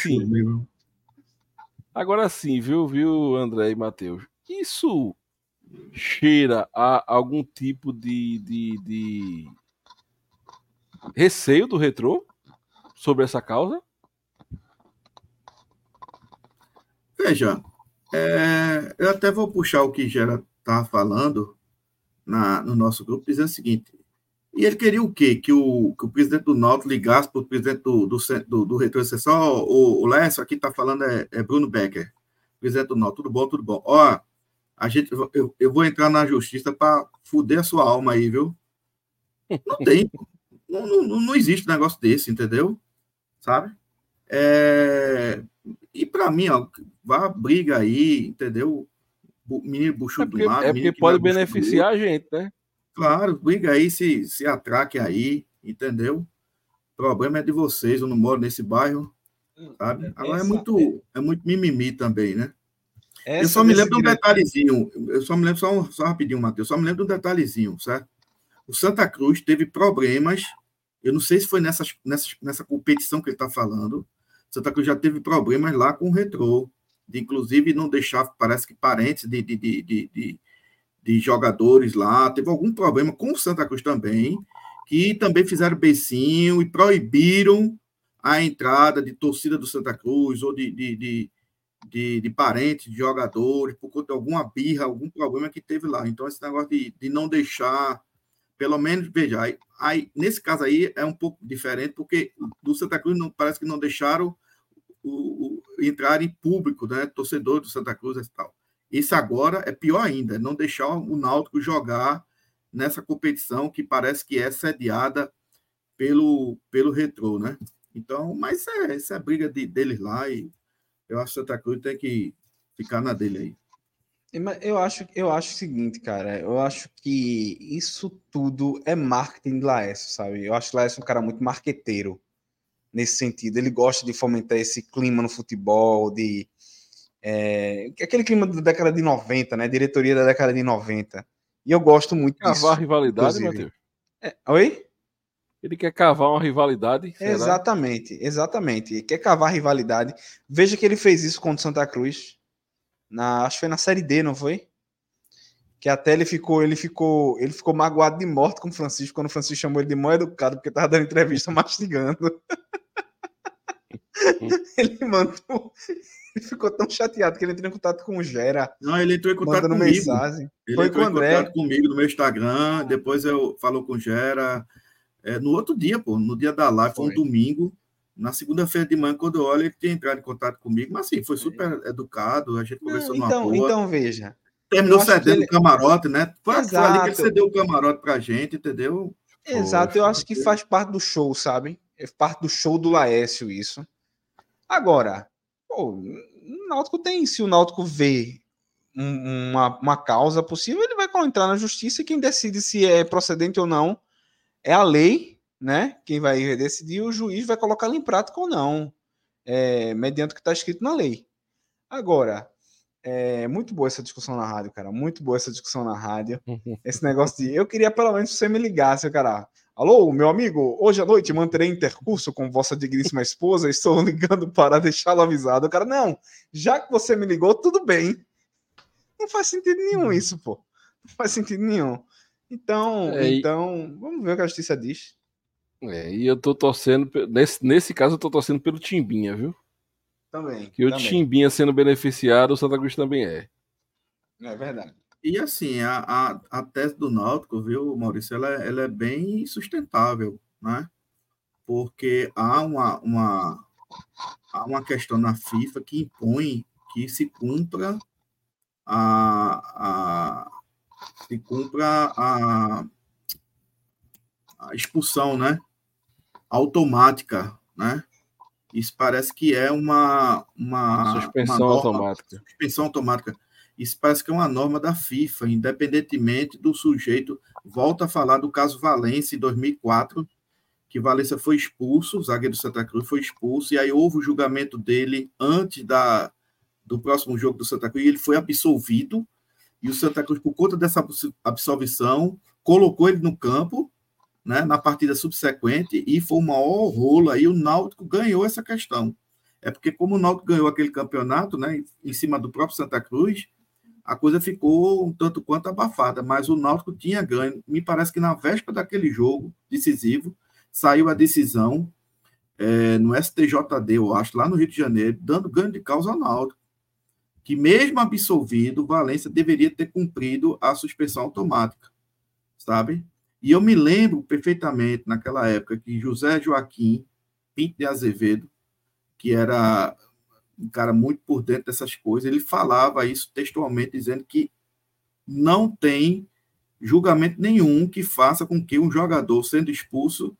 Agora sim, viu, André e Matheus? Isso cheira a algum tipo de receio do Retrô sobre essa causa? Veja, eu até vou puxar o que Gera estava falando no nosso grupo, dizendo o seguinte: E ele queria o quê? Que o presidente do Náutico ligasse para o presidente do Retrô e disse só, o Lécio, aqui está falando é Bruno Becker, presidente do Náutico, tudo bom, tudo bom. Ó, eu vou entrar na justiça para fuder a sua alma aí, viu? Não tem, não existe um negócio desse, entendeu? Sabe? E para mim, ó, vá briga aí, entendeu? O menino buchudo do lado. É porque pode beneficiar a gente, né? Claro, briga aí, se atraque aí, entendeu? O problema é de vocês, eu não moro nesse bairro, sabe? Agora é muito mimimi também, né? Eu só me lembro de um detalhezinho, só rapidinho, Matheus, só me lembro de um detalhezinho, certo? O Santa Cruz teve problemas, eu não sei se foi nessa competição que ele está falando, o Santa Cruz já teve problemas lá com o Retrô, de inclusive não deixar, parece que parentes de jogadores lá, teve algum problema com o Santa Cruz também, que também fizeram beicinho e proibiram a entrada de torcida do Santa Cruz ou de parentes de jogadores, por conta de alguma birra, algum problema que teve lá. Então, esse negócio de não deixar, pelo menos, veja, aí, nesse caso aí é um pouco diferente, porque do Santa Cruz parece que não deixaram entrar em público, né, torcedor do Santa Cruz e tal. Isso agora é pior ainda, não deixar o Náutico jogar nessa competição que parece que é sediada pelo Retrô, né? Então, mas essa é a briga deles lá e eu acho que o Santa Cruz tem que ficar na dele aí. Eu acho o seguinte, cara, eu acho que isso tudo é marketing de Laércio, sabe? Eu acho que Laércio é um cara muito marqueteiro nesse sentido. Ele gosta de fomentar esse clima no futebol, aquele clima da década de 90, né? Diretoria da década de 90. E eu gosto muito disso. Cavar rivalidade, Matheus? Oi? Ele quer cavar uma rivalidade? Será? Exatamente. Ele quer cavar rivalidade. Veja que ele fez isso contra o Santa Cruz. Acho que foi na Série D, não foi? Que até ele ficou magoado de morte com o Francisco, quando o Francisco chamou ele de mal educado, porque estava dando entrevista mastigando. Ele ficou tão chateado que ele entrou em contato com o Gera. Não, ele entrou em contato comigo. Mensagem. Ele foi entrou com o André. Em contato comigo no meu Instagram, depois eu falou com o Gera. No outro dia, no dia da live, foi um domingo. Na segunda-feira de manhã, quando eu olho, ele tinha entrado em contato comigo, mas assim, foi super educado, a gente conversou numa boa. Então, veja. Terminou cedendo o camarote, né? Foi ali que ele cedeu o camarote pra gente, entendeu? Exato, eu acho que faz parte do show, sabe? É parte do show do Laércio, isso. Agora, o Náutico se o Náutico vê uma causa possível, ele vai entrar na justiça e quem decide se é procedente ou não é a lei, né? Quem vai decidir, o juiz vai colocar em prática ou não, mediante o que está escrito na lei. Agora, muito boa essa discussão na rádio, cara. Muito boa essa discussão na rádio. Esse negócio eu queria pelo menos que você me ligasse, cara. Alô, meu amigo, hoje à noite manterei intercurso com vossa digníssima esposa, estou ligando para deixá-lo avisado. Cara, não, já que você me ligou, tudo bem. Não faz sentido nenhum isso, pô. Não faz sentido nenhum. Então, vamos ver o que a justiça diz. E eu tô torcendo, nesse caso eu tô torcendo pelo Timbinha, viu? Também. Que o Timbinha sendo beneficiado, o Santa Cruz também é. É verdade. E assim, a tese do Náutico, viu, Maurício, ela é bem sustentável, né? Porque há uma questão na FIFA que impõe que se cumpra a expulsão, né? Automática, né? Isso parece que é uma suspensão automática. Suspensão automática. Isso parece que é uma norma da FIFA, independentemente do sujeito. Volta a falar do caso Valência, em 2004, que Valência foi expulso, o zagueiro do Santa Cruz foi expulso, e aí houve o julgamento dele antes do próximo jogo do Santa Cruz, e ele foi absolvido, e o Santa Cruz, por conta dessa absolvição, colocou ele no campo, né, na partida subsequente, e foi o maior rolo aí, o Náutico ganhou essa questão. É porque como o Náutico ganhou aquele campeonato, né, em cima do próprio Santa Cruz, a coisa ficou um tanto quanto abafada, mas o Náutico tinha ganho. Me parece que na véspera daquele jogo decisivo, saiu a decisão no STJD, eu acho, lá no Rio de Janeiro, dando ganho de causa ao Náutico, que mesmo absolvido, Valência deveria ter cumprido a suspensão automática, sabe? E eu me lembro perfeitamente, naquela época, que José Joaquim Pinto de Azevedo, que era um cara muito por dentro dessas coisas, ele falava isso textualmente, dizendo que não tem julgamento nenhum que faça com que um jogador sendo expulso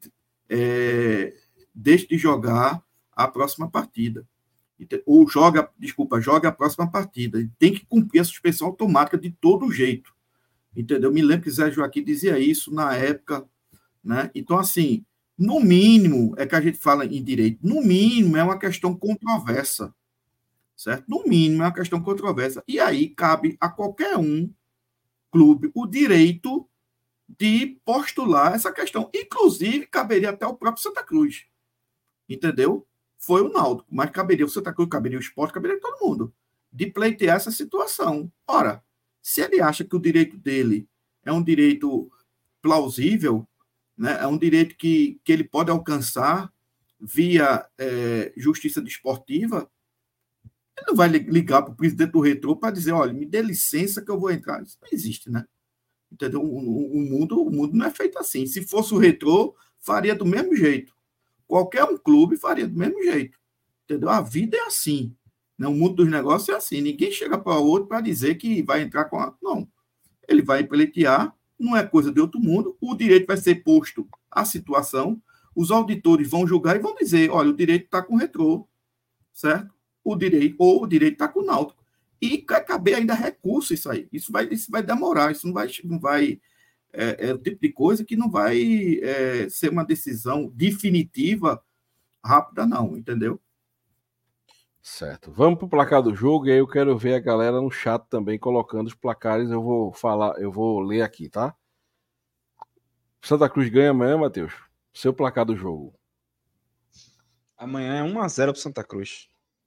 deixe de jogar a próxima partida. Ou joga a próxima partida. Ele tem que cumprir a suspensão automática de todo jeito. Entendeu? Me lembro que Zé Joaquim dizia isso na época, né? Então, assim, no mínimo, é que a gente fala em direito, no mínimo é uma questão controversa, certo? No mínimo é uma questão controversa. E aí cabe a qualquer clube o direito de postular essa questão. Inclusive, caberia até o próprio Santa Cruz. Entendeu? Foi o Náutico, mas caberia o Santa Cruz, caberia o Sport, caberia todo mundo, de pleitear essa situação. Ora, se ele acha que o direito dele é um direito plausível, né, é um direito que ele pode alcançar via justiça desportiva, ele não vai ligar para o presidente do Retrô para dizer, olha, me dê licença que eu vou entrar. Isso não existe, né? Entendeu? O mundo não é feito assim. Se fosse o Retrô, faria do mesmo jeito. Qualquer um clube faria do mesmo jeito. Entendeu? A vida é assim. Né? O mundo dos negócios é assim. Ninguém chega para o outro para dizer que vai entrar com a... Não. Ele vai pleitear, não é coisa de outro mundo. O direito vai ser posto à situação. Os auditores vão julgar e vão dizer, olha, o direito está com o Retrô, certo? O direito está com o Náutico. E vai caber ainda recurso isso aí. Isso vai demorar, isso não vai é o tipo de coisa que não vai ser uma decisão definitiva rápida, não, entendeu? Certo. Vamos para o placar do jogo e aí eu quero ver a galera no chat também colocando os placares. Eu vou ler aqui, tá? Santa Cruz ganha amanhã, Matheus? Seu placar do jogo. Amanhã é 1-0 pro Santa Cruz.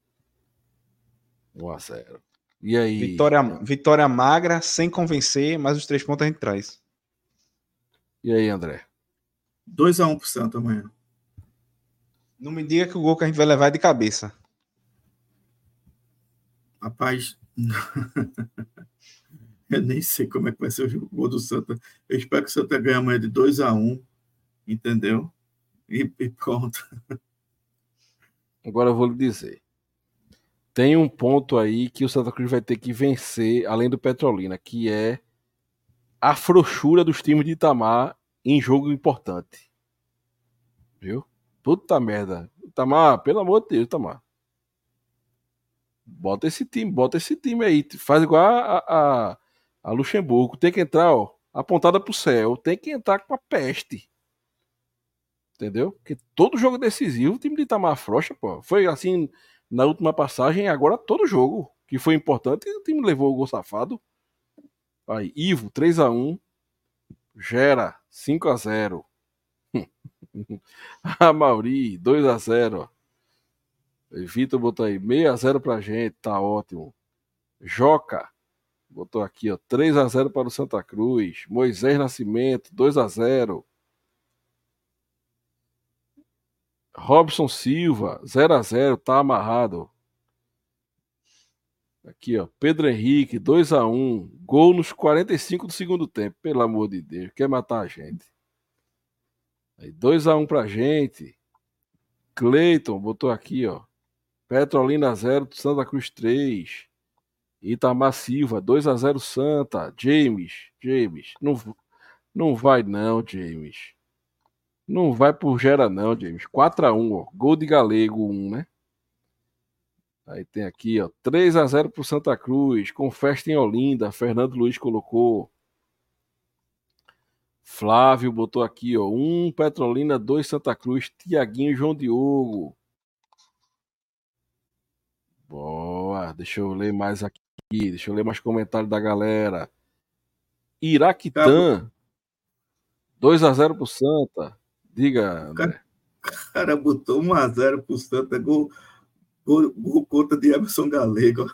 1-0. E aí? Vitória magra, sem convencer, mas os 3 pontos a gente traz. E aí, André? 2-1 pro Santa amanhã. Não me diga que o gol que a gente vai levar é de cabeça. Rapaz, eu nem sei como é que vai ser o gol do Santa. Eu espero que o Santa ganhe amanhã de 2-1, entendeu? E pronto. Agora eu vou lhe dizer. Tem um ponto aí que o Santa Cruz vai ter que vencer, além do Petrolina, que é a frouxura dos times de Itamar em jogo importante. Viu? Puta merda. Itamar, pelo amor de Deus, Itamar. Bota esse time aí. Faz igual a Luxemburgo. Tem que entrar, ó, apontada pro céu. Tem que entrar com a peste. Entendeu? Porque todo jogo decisivo, o time de Itamar frouxa, pô. Foi assim na última passagem, agora todo jogo que foi importante, o time levou o gol safado. Aí, Ivo, 3-1. Gera, 5-0. Mauri, 2-0. Vitor botou aí 6-0 pra gente, tá ótimo. Joca botou aqui, ó, 3-0 para o Santa Cruz. Moisés Nascimento, 2-0. Robson Silva, 0-0, tá amarrado. Aqui, ó, Pedro Henrique, 2-1. Gol nos 45 do segundo tempo, pelo amor de Deus, quer matar a gente. Aí, 2-1 pra gente. Cleiton botou aqui, ó. Petrolina 0, Santa Cruz 3. Itamar Silva, 2-0 Santa. James. Não vai não, James. Não vai por Gera não, James. 4-1, ó. Gol de Galego 1, né? Aí tem aqui, ó. 3-0 pro Santa Cruz. Com festa em Olinda. Fernando Luiz colocou. Flávio botou aqui, ó. 1 Petrolina, 2 Santa Cruz. Tiaguinho e João Diogo. Boa. Deixa eu ler mais aqui. Deixa eu ler mais comentários da galera. Iraquitã. 2-0 pro Santa. Diga, André. O cara botou 1-0 pro Santa. Gol contra de Emerson Galego.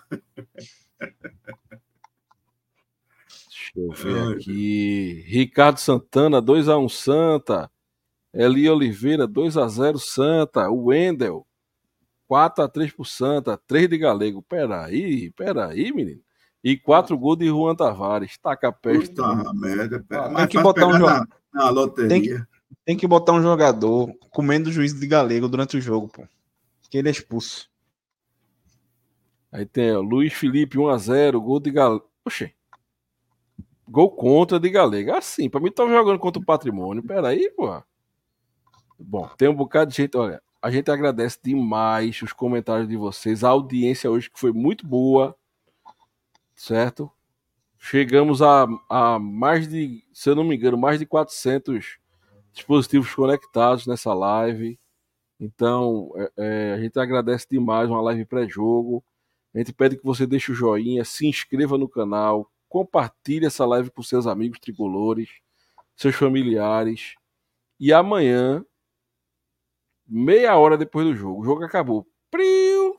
Deixa eu ver aqui. Ricardo Santana, 2-1 Santa. Eli Oliveira, 2-0 Santa. O Wendel, 4-3 pro Santa. 3 de Galego. Peraí, menino. E 4 gols de Juan Tavares. Taca a peste. Puta merda, Tem que botar um jogador. Na loteria. Tem que botar um jogador comendo o juízo de Galego durante o jogo, pô. Que ele é expulso. Aí tem ó, Luiz Felipe 1-0, gol de Galego. Oxê. Gol contra de Galego. Assim, pra mim tá jogando contra o Patrimônio. Peraí, pô. Bom, tem um bocado de gente. Olha, a gente agradece demais os comentários de vocês. A audiência hoje que foi muito boa. Certo? Chegamos a mais de, se eu não me engano, mais de 400 dispositivos conectados nessa live. Então, a gente agradece demais, uma live pré-jogo. A gente pede que você deixe o joinha, se inscreva no canal, compartilhe essa live com seus amigos tricolores, seus familiares. E amanhã, meia hora depois do jogo, o jogo acabou. Priu!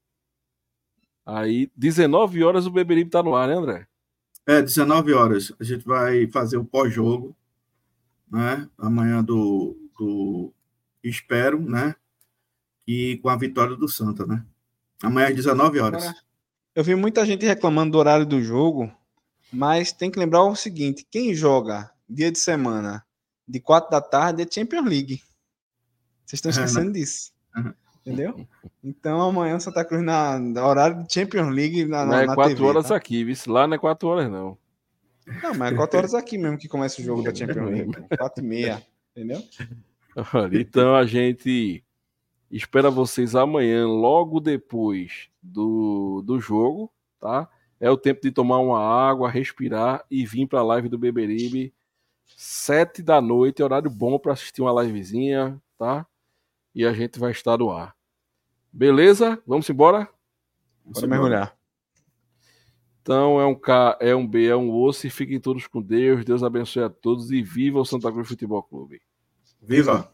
Aí, 19 horas o Beberibe tá no ar, né, André? 19 horas. A gente vai fazer o pós-jogo, né? Amanhã do espero, né? E com a vitória do Santa, né? Amanhã às 19 horas. Eu vi muita gente reclamando do horário do jogo, mas tem que lembrar o seguinte: quem joga dia de semana de 4 da tarde é Champions League. Vocês estão esquecendo disso. Entendeu? Então amanhã Santa Cruz na horário de Champions League não é 4 TV, horas tá? aqui, viu? Lá não é 4 horas não. Não, mas é 4 horas aqui mesmo que começa o jogo da Champions League. 4h30, entendeu? Então a gente espera vocês amanhã, logo depois do jogo, tá? É o tempo de tomar uma água, respirar e vir para a live do Beberibe 7 da noite, horário bom para assistir uma livezinha, tá? E a gente vai estar no ar. Beleza? Vamos embora? Bora mergulhar. Então é um K, é um B, é um osso e fiquem todos com Deus. Deus abençoe a todos e viva o Santa Cruz Futebol Clube. Viva!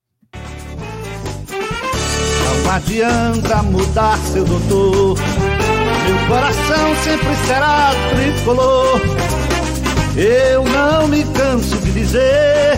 Não adianta mudar, seu doutor. Meu coração sempre será tricolor. Eu não me canso de dizer